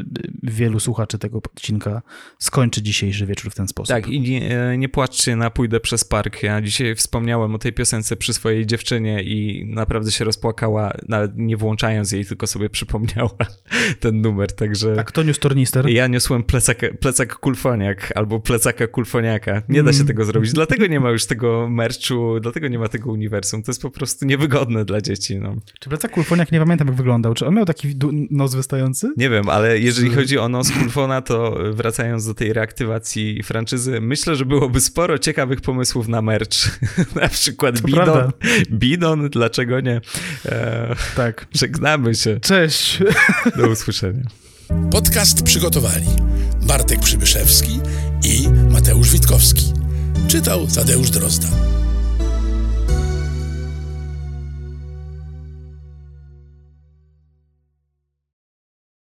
wielu słuchaczy tego odcinka skończy dzisiejszy wieczór w ten sposób. Tak, i nie, nie płaczcie na Pójdę przez park. Ja dzisiaj wspomniałem o tej piosence przy swojej dziewczynie i naprawdę się rozpłakała, nawet nie włączając jej, tylko sobie przypomniała ten numer, także... A kto niósł tornister? Ja niosłem plecak, plecak kulfoniak albo plecaka kulfoniaka. Nie da się mm. tego zrobić, dlatego nie ma już tego merchu, dlatego nie ma tego uniwersum. To jest po prostu niewygodne dla dzieci, no. Czy plecak kulfoniak, nie pamiętam jak wyglądał. Czy on miał taki nos wystający? Nie wiem, ale jeżeli chodzi o nos kulfona, to wracając do tej reaktywacji franczyzy, myślę, że byłoby sporo ciekawych pomysłów na merch. Na przykład to bidon. Prawda. Bidon, dlaczego nie? Eee, tak. Żegnamy się. Cześć. Do usłyszenia. Podcast przygotowali Bartek Przybyszewski i Mateusz Witkowski. Czytał Tadeusz Drozda.